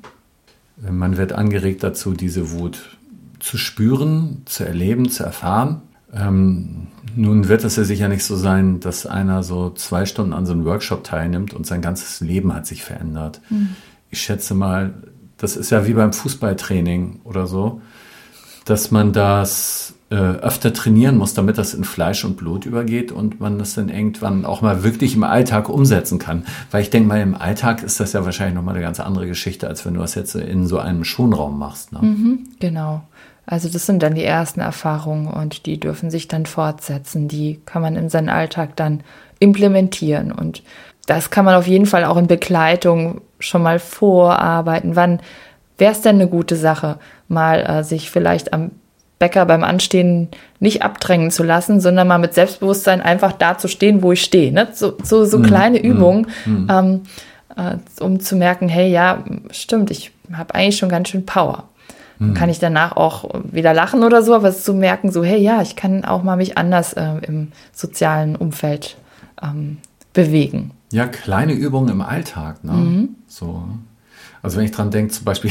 Man wird angeregt dazu, diese Wut zu spüren, zu erleben, zu erfahren. Ähm, nun wird es ja sicher nicht so sein, dass einer so zwei Stunden an so einem Workshop teilnimmt und sein ganzes Leben hat sich verändert. Mhm. Ich schätze mal, das ist ja wie beim Fußballtraining oder so, dass man das äh, öfter trainieren muss, damit das in Fleisch und Blut übergeht und man das dann irgendwann auch mal wirklich im Alltag umsetzen kann. Weil ich denke mal, im Alltag ist das ja wahrscheinlich nochmal eine ganz andere Geschichte, als wenn du das jetzt in so einem Schonraum machst. Ne? Mhm, genau. Also das sind dann die ersten Erfahrungen und die dürfen sich dann fortsetzen. Die kann man in seinen Alltag dann implementieren und das kann man auf jeden Fall auch in Begleitung schon mal vorarbeiten. Wann wäre es denn eine gute Sache, mal äh, sich vielleicht am Bäcker beim Anstehen nicht abdrängen zu lassen, sondern mal mit Selbstbewusstsein einfach da zu stehen, wo ich stehe. Ne? So, so, so mm, kleine mm, Übungen, mm. Ähm, äh, um zu merken, hey, ja, stimmt, ich habe eigentlich schon ganz schön Power. Dann kann ich danach auch wieder lachen oder so, aber es zu merken, so, hey, ja, ich kann auch mal mich anders äh, im sozialen Umfeld ähm, bewegen. Ja, kleine Übungen im Alltag. Ne? Mhm. So. Also wenn ich dran denke, zum Beispiel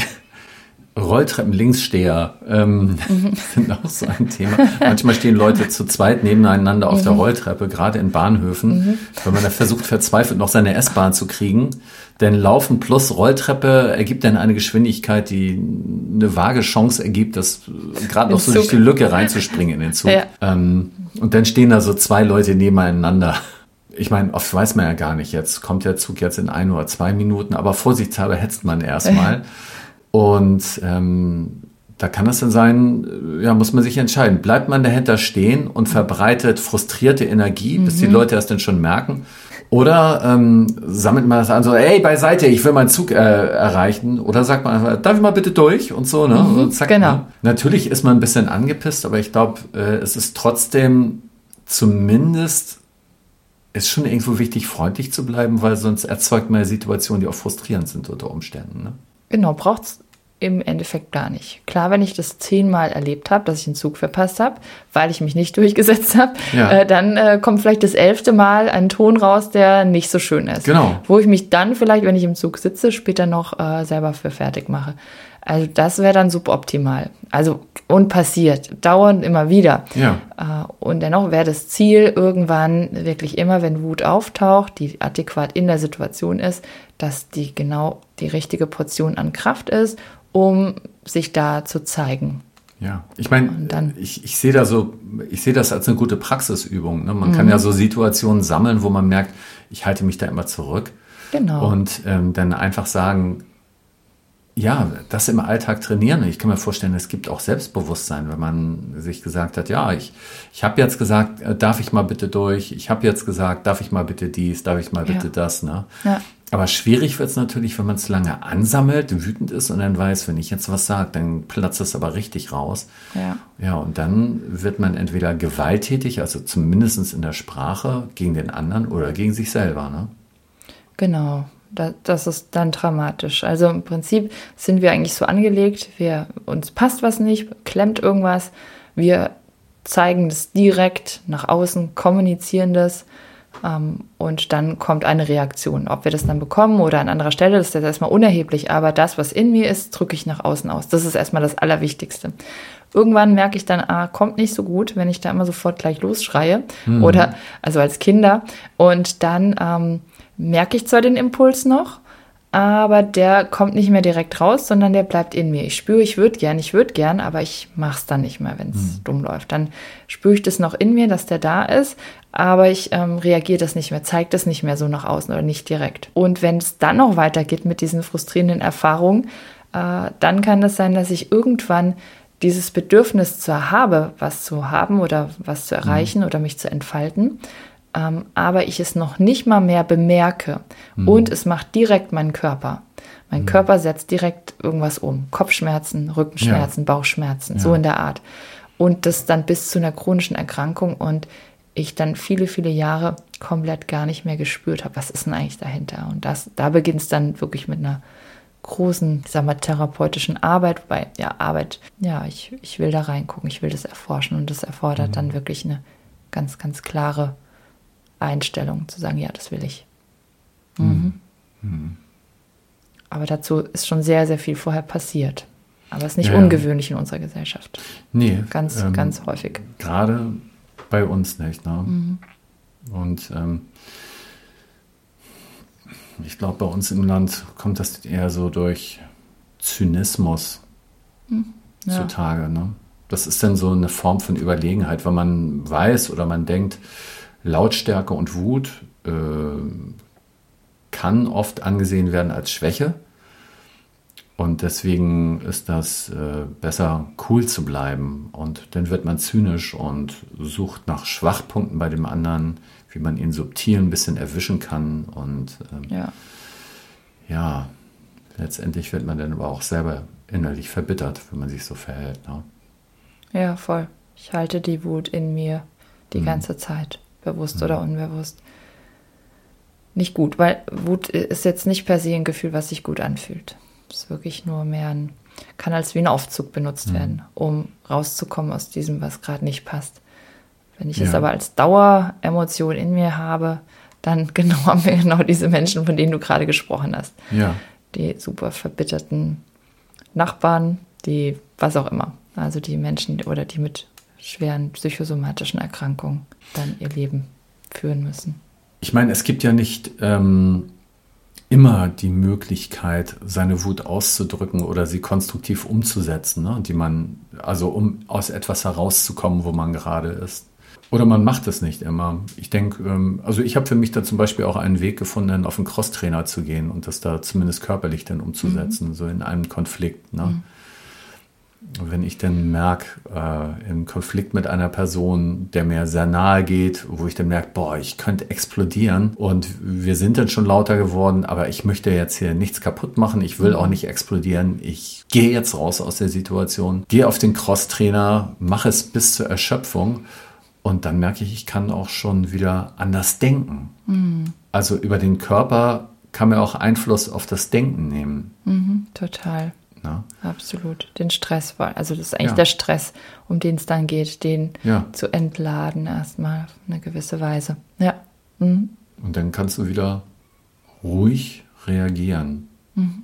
Rolltreppen-Linkssteher ähm, mhm. sind auch so ein Thema. Manchmal stehen Leute zu zweit nebeneinander auf mhm. der Rolltreppe, gerade in Bahnhöfen, mhm. wenn man da versucht, verzweifelt noch seine S-Bahn zu kriegen. Denn Laufen plus Rolltreppe ergibt dann eine Geschwindigkeit, die eine vage Chance ergibt, das gerade noch so durch die Lücke reinzuspringen in den Zug. Ja. Ähm, und dann stehen da so zwei Leute nebeneinander. Ich meine, oft weiß man ja gar nicht, jetzt kommt der Zug jetzt in ein oder zwei Minuten, aber vorsichtshalber hetzt man erstmal. Und ähm, da kann es dann sein, ja, muss man sich entscheiden. Bleibt man dahinter stehen und verbreitet frustrierte Energie, mhm. bis die Leute das dann schon merken? Oder ähm, sammelt man das an, so, ey, beiseite, ich will meinen Zug äh, erreichen. Oder sagt man einfach, darf ich mal bitte durch? Und so, ne? Mhm, und zack, genau. Ne? Natürlich ist man ein bisschen angepisst, aber ich glaube, äh, es ist trotzdem zumindest ist schon irgendwo wichtig, freundlich zu bleiben, weil sonst erzeugt man ja Situationen, die auch frustrierend sind unter Umständen. Ne? Genau, braucht es im Endeffekt gar nicht. Klar, wenn ich das zehnmal erlebt habe, dass ich einen Zug verpasst habe, weil ich mich nicht durchgesetzt habe, ja. äh, dann äh, kommt vielleicht das elfte Mal ein Ton raus, der nicht so schön ist. Genau. Wo ich mich dann vielleicht, wenn ich im Zug sitze, später noch äh, selber für fertig mache. Also das wäre dann suboptimal. Also und passiert, dauernd immer wieder. Ja. Äh, und dennoch wäre das Ziel irgendwann wirklich immer, wenn Wut auftaucht, die adäquat in der Situation ist, dass die genau die richtige Portion an Kraft ist, um sich da zu zeigen. Ja, ich meine, ich, ich sehe da so, ich sehe das als eine gute Praxisübung. Ne? Man mhm. kann ja so Situationen sammeln, wo man merkt, ich halte mich da immer zurück. Genau. Und ähm, dann einfach sagen, ja, das im Alltag trainieren. Ich kann mir vorstellen, es gibt auch Selbstbewusstsein, wenn man sich gesagt hat, ja, ich, ich habe jetzt gesagt, darf ich mal bitte durch? Ich habe jetzt gesagt, darf ich mal bitte dies? Darf ich mal bitte ja. das? Ne? Ja. Aber schwierig wird es natürlich, wenn man es lange ansammelt, wütend ist und dann weiß, wenn ich jetzt was sage, dann platzt es aber richtig raus. Ja. Ja, und dann wird man entweder gewalttätig, also zumindest in der Sprache, gegen den anderen oder gegen sich selber. Ne? Genau, das, das ist dann dramatisch. Also im Prinzip sind wir eigentlich so angelegt, wir, uns passt was nicht, klemmt irgendwas, wir zeigen das direkt nach außen, kommunizieren das. Um, und dann kommt eine Reaktion. Ob wir das dann bekommen oder an anderer Stelle, das ist jetzt erstmal unerheblich, aber das, was in mir ist, drücke ich nach außen aus. Das ist erstmal das Allerwichtigste. Irgendwann merke ich dann, ah, kommt nicht so gut, wenn ich da immer sofort gleich losschreie mhm. oder, also als Kinder. Und dann ähm, merke ich zwar den Impuls noch, aber der kommt nicht mehr direkt raus, sondern der bleibt in mir. Ich spüre, ich würde gern, ich würde gern, aber ich mache es dann nicht mehr, wenn es mhm. dumm läuft. Dann spüre ich das noch in mir, dass der da ist, aber ich ähm, reagiere das nicht mehr, zeige das nicht mehr so nach außen oder nicht direkt. Und wenn es dann noch weitergeht mit diesen frustrierenden Erfahrungen, äh, dann kann es sein, dass ich irgendwann dieses Bedürfnis zwar habe, was zu haben oder was zu erreichen mhm. oder mich zu entfalten, ähm, aber ich es noch nicht mal mehr bemerke. Mhm. Und es macht direkt meinen Körper. Mein mhm. Körper setzt direkt irgendwas um. Kopfschmerzen, Rückenschmerzen, ja. Bauchschmerzen, ja. so in der Art. Und das dann bis zu einer chronischen Erkrankung und ich dann viele, viele Jahre komplett gar nicht mehr gespürt habe, was ist denn eigentlich dahinter? Und das, da beginnt es dann wirklich mit einer großen, ich sag mal, therapeutischen Arbeit, wobei, ja, Arbeit, ja, ich, ich will da reingucken, ich will das erforschen und das erfordert mhm. dann wirklich eine ganz, ganz klare Einstellung, zu sagen, ja, das will ich. Mhm. Mhm. Aber dazu ist schon sehr, sehr viel vorher passiert. Aber es ist nicht ja, ungewöhnlich in unserer Gesellschaft. Nee. Ganz, ähm, ganz häufig. Gerade bei uns nicht. Ne? Mhm. Und ähm, ich glaube, bei uns im Land kommt das eher so durch Zynismus mhm. ja. zutage. Ne? Das ist dann so eine Form von Überlegenheit, wenn man weiß oder man denkt, Lautstärke und Wut äh, kann oft angesehen werden als Schwäche. Und deswegen ist das äh, besser, cool zu bleiben. Und dann wird man zynisch und sucht nach Schwachpunkten bei dem anderen, wie man ihn subtil ein bisschen erwischen kann. Und ähm, ja. ja, letztendlich wird man dann aber auch selber innerlich verbittert, wenn man sich so verhält. Ne? Ja, voll. Ich halte die Wut in mir die mhm. ganze Zeit, bewusst mhm. oder unbewusst. Nicht gut, weil Wut ist jetzt nicht per se ein Gefühl, was sich gut anfühlt. Es ist wirklich nur mehr ein, kann als wie ein Aufzug benutzt mhm. werden, um rauszukommen aus diesem, was gerade nicht passt. Wenn ich ja. es aber als Daueremotion in mir habe, dann genau haben wir genau diese Menschen, von denen du gerade gesprochen hast. Ja. Die super verbitterten Nachbarn, die was auch immer. Also die Menschen oder die mit schweren psychosomatischen Erkrankungen dann ihr Leben führen müssen. Ich meine, es gibt ja nicht ähm, immer die Möglichkeit, seine Wut auszudrücken oder sie konstruktiv umzusetzen, ne? Die man, also um aus etwas herauszukommen, wo man gerade ist. Oder man macht es nicht immer. Ich denke, ähm, also ich habe für mich da zum Beispiel auch einen Weg gefunden, auf einen Crosstrainer zu gehen und das da zumindest körperlich dann umzusetzen, mhm. so in einem Konflikt. Ne? Mhm. Wenn ich dann merke, äh, im Konflikt mit einer Person, der mir sehr nahe geht, wo ich dann merke, boah, ich könnte explodieren und wir sind dann schon lauter geworden, aber ich möchte jetzt hier nichts kaputt machen, ich will auch nicht explodieren, ich gehe jetzt raus aus der Situation, gehe auf den Crosstrainer, mache es bis zur Erschöpfung Und dann merke ich, ich kann auch schon wieder anders denken. Mhm. Also über den Körper kann man auch Einfluss auf das Denken nehmen. Mhm, total. Na? Absolut. Den Stress, also das ist eigentlich Ja. der Stress, um den es dann geht, den Ja. zu entladen erstmal auf eine gewisse Weise. Ja. Mhm. Und dann kannst du wieder ruhig reagieren. Mhm.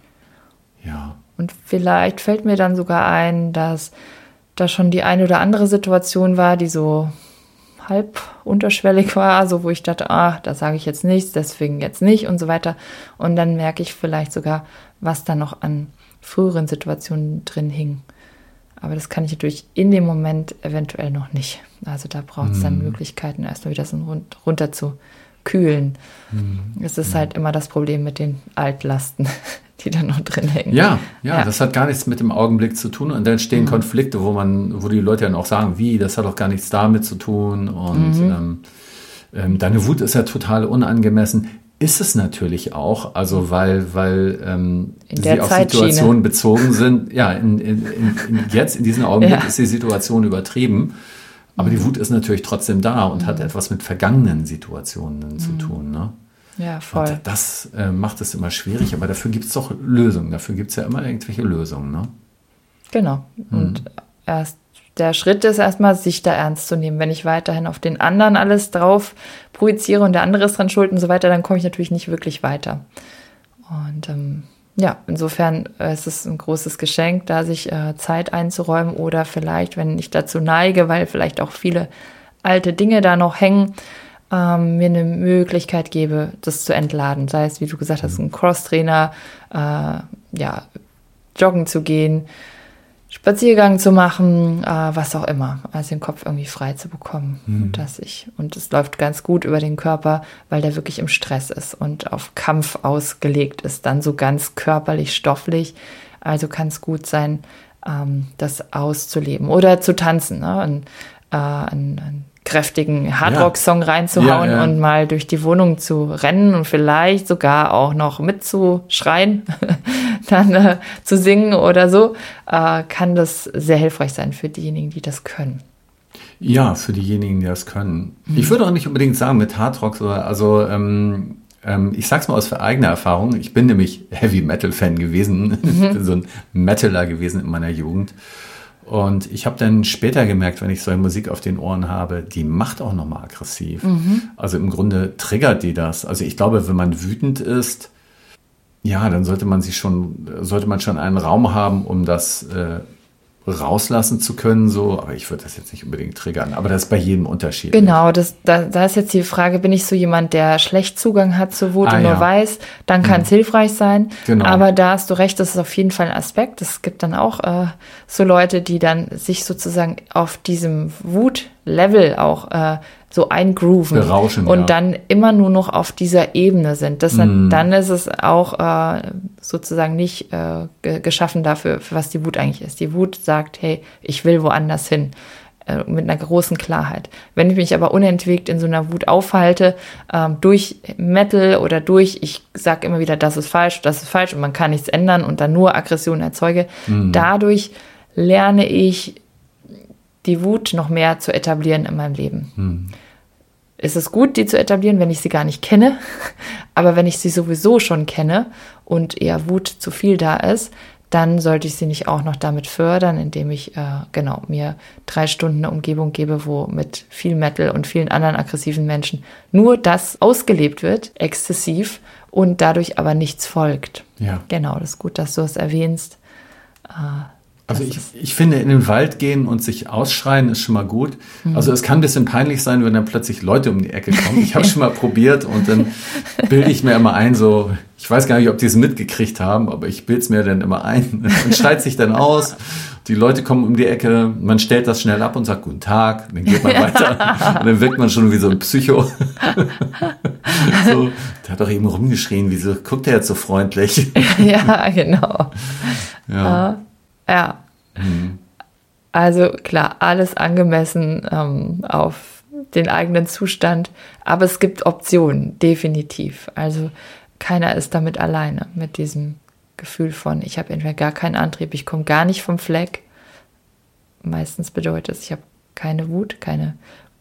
Ja. Und vielleicht fällt mir dann sogar ein, dass da schon die eine oder andere Situation war, die so halb unterschwellig war, so wo ich dachte, ach, da sage ich jetzt nichts, deswegen jetzt nicht und so weiter. Und dann merke ich vielleicht sogar, was da noch an früheren Situationen drin hing. Aber das kann ich natürlich in dem Moment eventuell noch nicht. Also da braucht es dann Mhm. Möglichkeiten, erstmal wieder so run- runter zu kühlen. Mhm. Es ist halt immer das Problem mit den Altlasten, die da noch drin hängen. Ja, ja, Ja. das hat gar nichts mit dem Augenblick zu tun. Und dann entstehen Mhm. Konflikte, wo man, wo die Leute dann auch sagen, wie, das hat doch gar nichts damit zu tun. Und Mhm. ähm, ähm, deine Wut ist ja total unangemessen. Ist es natürlich auch, also weil, weil ähm, In sie der auf Zeitschiene. Situationen bezogen sind. Ja, in, in, in, in jetzt in diesem Augenblick Ja. ist die Situation übertrieben. Aber die Wut ist natürlich trotzdem da und hat etwas mit vergangenen Situationen zu tun. Ne? Ja, voll. Und das äh, macht es immer schwierig, aber dafür gibt es doch Lösungen. Dafür gibt es ja immer irgendwelche Lösungen. Ne? Genau. Und erst der Schritt ist erstmal, sich da ernst zu nehmen. Wenn ich weiterhin auf den anderen alles drauf projiziere und der andere ist dran schuld und so weiter, dann komme ich natürlich nicht wirklich weiter. Und ähm, ja, insofern äh, ist es ein großes Geschenk, da sich äh, Zeit einzuräumen oder vielleicht, wenn ich dazu neige, weil vielleicht auch viele alte Dinge da noch hängen, ähm, mir eine Möglichkeit gebe, das zu entladen. Sei es, wie du gesagt hast, ein Crosstrainer, äh, ja, joggen zu gehen, Spaziergang zu machen, äh, was auch immer, also den Kopf irgendwie frei zu bekommen. Mhm. Und, dass ich, und es läuft ganz gut über den Körper, weil der wirklich im Stress ist und auf Kampf ausgelegt ist, dann so ganz körperlich, stofflich. Also kann es gut sein, ähm, das auszuleben oder zu tanzen, ne? Und, äh, einen, einen kräftigen Hardrock-Song reinzuhauen Ja, ja. und mal durch die Wohnung zu rennen und vielleicht sogar auch noch mitzuschreien, dann äh, zu singen oder so, äh, kann das sehr hilfreich sein für diejenigen, die das können. Ja, für diejenigen, die das können. Ich würde auch nicht unbedingt sagen mit Hardrock, so, also ähm, ähm, ich sag's mal aus eigener Erfahrung, ich bin nämlich Heavy-Metal-Fan gewesen, ich bin so ein Metaler gewesen in meiner Jugend. Und ich habe dann später gemerkt, wenn ich solche Musik auf den Ohren habe, die macht auch nochmal aggressiv. Mhm. Also im Grunde triggert die das. Also ich glaube, wenn man wütend ist, ja, dann sollte man sich schon, sollte man schon einen Raum haben, um das äh, rauslassen zu können, so. Aber ich würde das jetzt nicht unbedingt triggern. Aber das ist bei jedem unterschiedlich. Genau, das, da, da ist jetzt die Frage, bin ich so jemand, der schlecht Zugang hat zur Wut Ah, und nur ja. weiß, dann kann es hilfreich sein. Genau. Aber da hast du recht, das ist auf jeden Fall ein Aspekt. Es gibt dann auch äh, so Leute, die dann sich sozusagen auf diesem Wut-Level auch äh, so eingrooven Berauschen, und ja. dann immer nur noch auf dieser Ebene sind. Das, Mm. Dann ist es auch äh, sozusagen nicht äh, ge- geschaffen dafür, für was die Wut eigentlich ist. Die Wut sagt, hey, ich will woanders hin, äh, mit einer großen Klarheit. Wenn ich mich aber unentwegt in so einer Wut aufhalte, ähm, durch Metal oder durch, ich sage immer wieder, das ist falsch, das ist falsch und man kann nichts ändern und dann nur Aggression erzeuge, Mm. dadurch lerne ich die Wut noch mehr zu etablieren in meinem Leben. Hm. Es ist gut, die zu etablieren, wenn ich sie gar nicht kenne. Aber wenn ich sie sowieso schon kenne und eher Wut zu viel da ist, dann sollte ich sie nicht auch noch damit fördern, indem ich äh, genau mir drei Stunden eine Umgebung gebe, wo mit viel Metal und vielen anderen aggressiven Menschen nur das ausgelebt wird, exzessiv, und dadurch aber nichts folgt. Ja. Genau, das ist gut, dass du es erwähnst. Äh, Also Das ich, ist- ich finde, in den Wald gehen und sich ausschreien ist schon mal gut. Mhm. Also es kann ein bisschen peinlich sein, wenn dann plötzlich Leute um die Ecke kommen. Ich habe schon mal probiert und dann bilde ich mir immer ein, so, ich weiß gar nicht, ob die es mitgekriegt haben, aber ich bilde es mir dann immer ein und schreit sich dann aus. Die Leute kommen um die Ecke, man stellt das schnell ab und sagt Guten Tag, dann geht man weiter und dann wirkt man schon wie so ein Psycho. So, der hat doch eben rumgeschrien, wieso guckt er jetzt so freundlich? ja, genau. Ja. Ja. Also klar, alles angemessen ähm, auf den eigenen Zustand, aber es gibt Optionen, definitiv. Also keiner ist damit alleine, mit diesem Gefühl von, ich habe entweder gar keinen Antrieb, ich komme gar nicht vom Fleck. Meistens bedeutet es, ich habe keine Wut, keine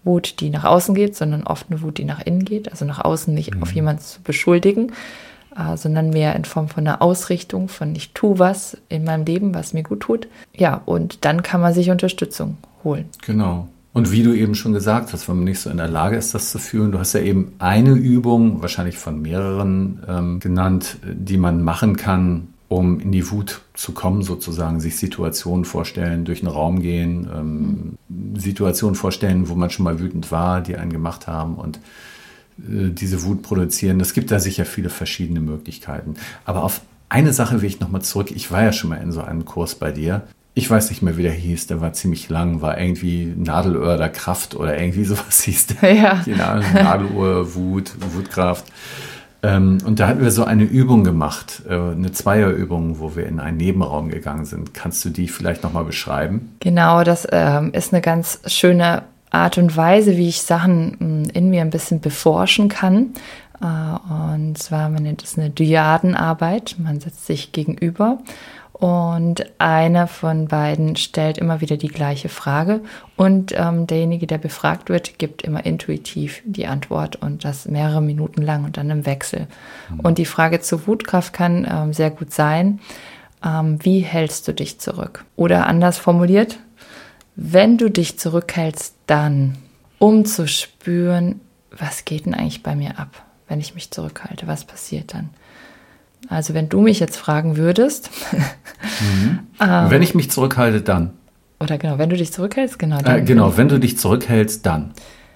Wut, die nach außen geht, sondern oft eine Wut, die nach innen geht. Also nach außen nicht mhm. auf jemanden zu beschuldigen, äh, sondern mehr in Form von einer Ausrichtung, von ich tue was in meinem Leben, was mir gut tut. Ja, und dann kann man sich Unterstützung holen. Genau. Und wie du eben schon gesagt hast, wenn man nicht so in der Lage ist, das zu fühlen, du hast ja eben eine Übung, wahrscheinlich von mehreren ähm, genannt, die man machen kann, um in die Wut zu kommen, sozusagen, sich Situationen vorstellen, durch den Raum gehen, ähm, mhm. Situationen vorstellen, wo man schon mal wütend war, die einen gemacht haben und äh, diese Wut produzieren. Es gibt da sicher viele verschiedene Möglichkeiten. Aber auf eine Sache will ich nochmal zurück. Ich war ja schon mal in so einem Kurs bei dir. Ich weiß nicht mehr, wie der hieß. Der war ziemlich lang, war irgendwie Nadelöhr der Kraft oder irgendwie sowas hieß der. Ja. Nadelöhr, Wut, Wutkraft. Ähm, und da hatten wir so eine Übung gemacht, äh, eine Zweierübung, wo wir in einen Nebenraum gegangen sind. Kannst du die vielleicht nochmal beschreiben? Genau, das ähm, ist eine ganz schöne Art und Weise, wie ich Sachen in mir ein bisschen beforschen kann. Äh, und zwar, man nennt es eine Dyadenarbeit. Man setzt sich gegenüber. Und einer von beiden stellt immer wieder die gleiche Frage und ähm, derjenige, der befragt wird, gibt immer intuitiv die Antwort und das mehrere Minuten lang und dann im Wechsel. Mhm. Und die Frage zur Wutkraft kann ähm, sehr gut sein, ähm, wie hältst du dich zurück? Oder anders formuliert, wenn du dich zurückhältst, dann, um zu spüren, was geht denn eigentlich bei mir ab, wenn ich mich zurückhalte, was passiert dann? Also wenn du mich jetzt fragen würdest. Mhm. ähm, wenn ich mich zurückhalte, dann. Oder genau, wenn du dich zurückhältst, genau. Dann, äh, genau, wenn du dich zurückhältst, dann.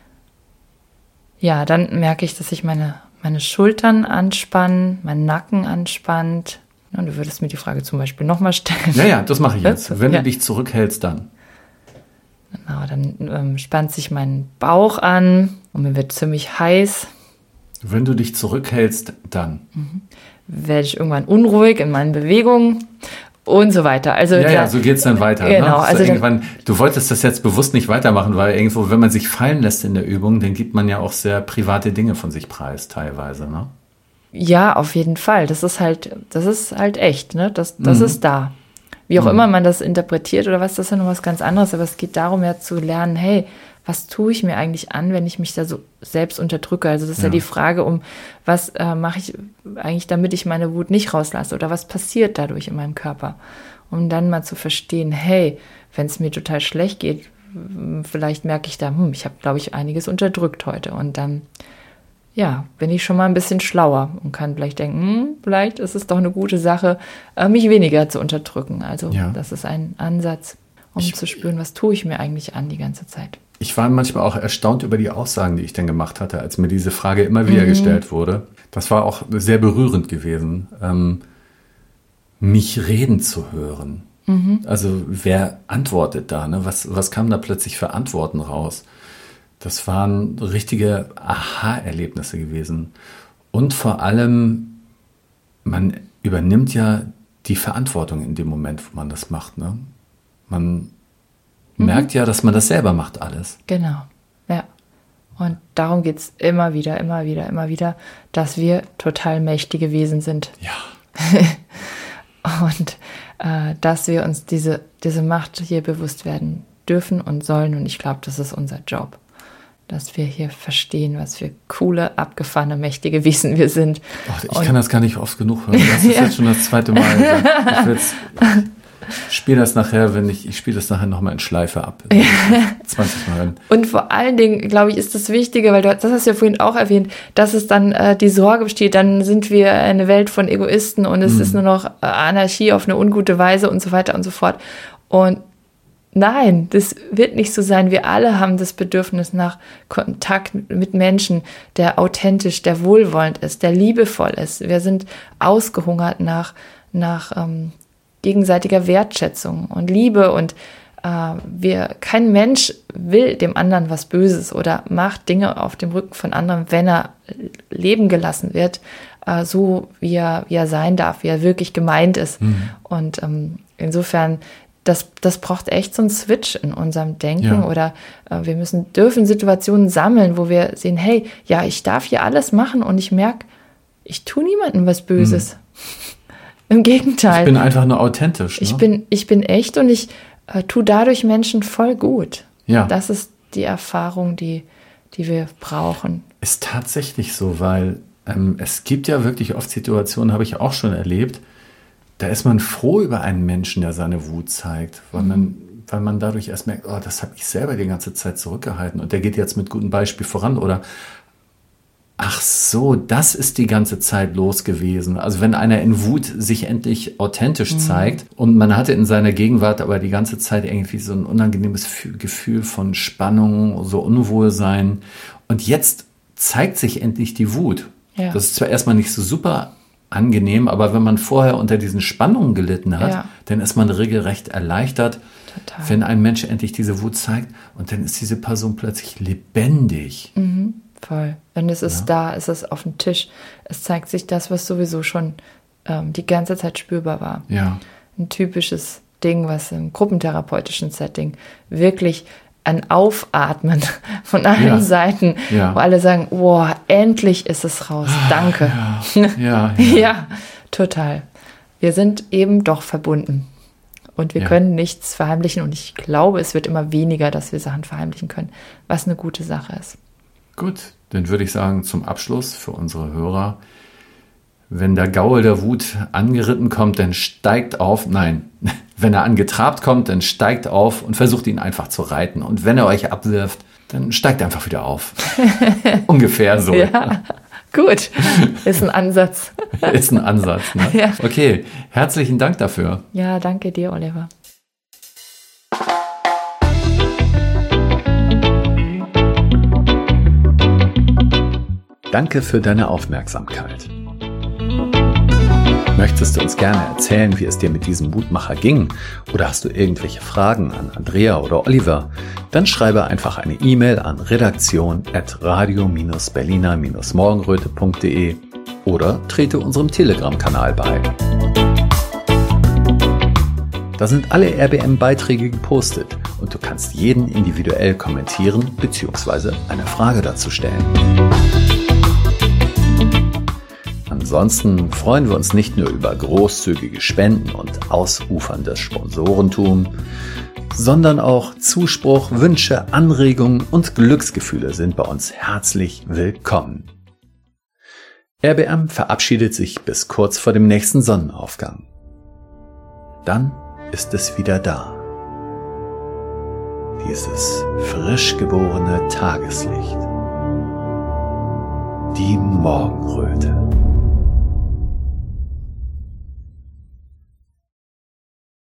Ja, dann merke ich, dass sich meine, meine Schultern anspannen, mein Nacken anspannt. Und du würdest mir die Frage zum Beispiel nochmal stellen. Ja, ja, das mache ich jetzt. Wenn ja. du dich zurückhältst, dann. Genau, dann ähm, spannt sich mein Bauch an und mir wird ziemlich heiß. Wenn du dich zurückhältst, dann. Mhm. Werde ich irgendwann unruhig in meinen Bewegungen und so weiter. Also ja, da, ja, so geht es dann weiter. Genau, ne? also irgendwann, dann, du wolltest das jetzt bewusst nicht weitermachen, weil irgendwo, wenn man sich fallen lässt in der Übung, dann gibt man ja auch sehr private Dinge von sich preis teilweise, ne? Ja, auf jeden Fall. Das ist halt, das ist halt echt, ne? Das, das mhm. ist da. Wie auch mhm. immer man das interpretiert oder was, das ist ja noch was ganz anderes. Aber es geht darum, ja zu lernen, hey, was tue ich mir eigentlich an, wenn ich mich da so selbst unterdrücke? Also das ist ja, ja die Frage, um was äh, mache ich eigentlich, damit ich meine Wut nicht rauslasse oder was passiert dadurch in meinem Körper? Um dann mal zu verstehen, hey, wenn es mir total schlecht geht, vielleicht merke ich da, hm, ich habe, glaube ich, einiges unterdrückt heute. Und dann, ja, bin ich schon mal ein bisschen schlauer und kann vielleicht denken, hm, vielleicht ist es doch eine gute Sache, äh, mich weniger zu unterdrücken. Also ja. das ist ein Ansatz, um ich, zu spüren, was tue ich mir eigentlich an die ganze Zeit. Ich war manchmal auch erstaunt über die Aussagen, die ich dann gemacht hatte, als mir diese Frage immer wieder mhm. gestellt wurde. Das war auch sehr berührend gewesen, ähm, mich reden zu hören. Mhm. Also wer antwortet da? Ne? Was, was kam da plötzlich für Antworten raus? Das waren richtige Aha-Erlebnisse gewesen. Und vor allem, man übernimmt ja die Verantwortung in dem Moment, wo man das macht. Ne? Man merkt ja, dass man das selber macht alles. Genau, ja. Und darum geht es immer wieder, immer wieder, immer wieder, dass wir total mächtige Wesen sind. Ja. Und äh, dass wir uns diese, diese Macht hier bewusst werden dürfen und sollen. Und ich glaube, das ist unser Job. Dass wir hier verstehen, was für coole, abgefahrene, mächtige Wesen wir sind. Ach, ich und kann das gar nicht oft genug hören. Das ist ja. jetzt schon das zweite Mal. Ich will jetzt... Ich spiele das nachher, wenn ich, ich spiele das nachher nochmal in Schleife ab. zwanzig Mal. Und vor allen Dingen, glaube ich, ist das Wichtige, weil du, das hast du ja vorhin auch erwähnt, dass es dann äh, die Sorge besteht, dann sind wir eine Welt von Egoisten und es mm. ist nur noch äh, Anarchie auf eine ungute Weise und so weiter und so fort. Und nein, das wird nicht so sein. Wir alle haben das Bedürfnis nach Kontakt mit Menschen, der authentisch, der wohlwollend ist, der liebevoll ist. Wir sind ausgehungert nach, nach ähm, gegenseitiger Wertschätzung und Liebe und äh, wir, kein Mensch will dem anderen was Böses oder macht Dinge auf dem Rücken von anderen, wenn er leben gelassen wird, äh, so wie er, wie er sein darf, wie er wirklich gemeint ist. Mhm. Und ähm, insofern, das, das braucht echt so einen Switch in unserem Denken ja. oder äh, wir müssen, dürfen Situationen sammeln, wo wir sehen, hey, ja, ich darf hier alles machen und ich merke, ich tue niemandem was Böses. Mhm. Im Gegenteil. Ich bin einfach nur authentisch. Ne? Ich bin, ich bin echt und ich äh, tue dadurch Menschen voll gut. Ja. Das ist die Erfahrung, die, die wir brauchen. Ist tatsächlich so, weil ähm, es gibt ja wirklich oft Situationen, habe ich auch schon erlebt, da ist man froh über einen Menschen, der seine Wut zeigt, weil, mhm. man, weil man dadurch erst merkt, oh, das habe ich selber die ganze Zeit zurückgehalten und der geht jetzt mit gutem Beispiel voran oder ach so, das ist die ganze Zeit los gewesen. Also wenn einer in Wut sich endlich authentisch mhm. zeigt und man hatte in seiner Gegenwart aber die ganze Zeit irgendwie so ein unangenehmes Gefühl von Spannung, so Unwohlsein und jetzt zeigt sich endlich die Wut. Ja. Das ist zwar erstmal nicht so super angenehm, aber wenn man vorher unter diesen Spannungen gelitten hat, ja. dann ist man regelrecht erleichtert, Total. wenn ein Mensch endlich diese Wut zeigt und dann ist diese Person plötzlich lebendig. Mhm. Voll. Wenn es ist ja. da, ist es auf dem Tisch. Es zeigt sich das, was sowieso schon ähm, die ganze Zeit spürbar war. Ja. Ein typisches Ding, was im gruppentherapeutischen Setting wirklich ein Aufatmen von allen ja. Seiten, ja. wo alle sagen, boah, endlich ist es raus, danke. Ja. Ja, ja. ja, total. Wir sind eben doch verbunden und wir ja. können nichts verheimlichen und ich glaube, es wird immer weniger, dass wir Sachen verheimlichen können, was eine gute Sache ist. Gut, dann würde ich sagen, zum Abschluss für unsere Hörer, wenn der Gaul der Wut angeritten kommt, dann steigt auf, nein, wenn er angetrabt kommt, dann steigt auf und versucht ihn einfach zu reiten. Und wenn er euch abwirft, dann steigt einfach wieder auf. Ungefähr so. Ja, gut, ist ein Ansatz. Ist ein Ansatz, ne? Ja. Okay, herzlichen Dank dafür. Ja, danke dir, Oliver. Danke für deine Aufmerksamkeit. Möchtest du uns gerne erzählen, wie es dir mit diesem Mutmacher ging? Oder hast du irgendwelche Fragen an Andrea oder Oliver? Dann schreibe einfach eine E-Mail an redaktion at radio berliner morgenröte punkt de oder trete unserem Telegram-Kanal bei. Da sind alle R B M-Beiträge gepostet und du kannst jeden individuell kommentieren bzw. eine Frage dazu stellen. Ansonsten freuen wir uns nicht nur über großzügige Spenden und ausuferndes Sponsorentum, sondern auch Zuspruch, Wünsche, Anregungen und Glücksgefühle sind bei uns herzlich willkommen. R B M verabschiedet sich bis kurz vor dem nächsten Sonnenaufgang. Dann ist es wieder da. Dieses frisch geborene Tageslicht. Die Morgenröte.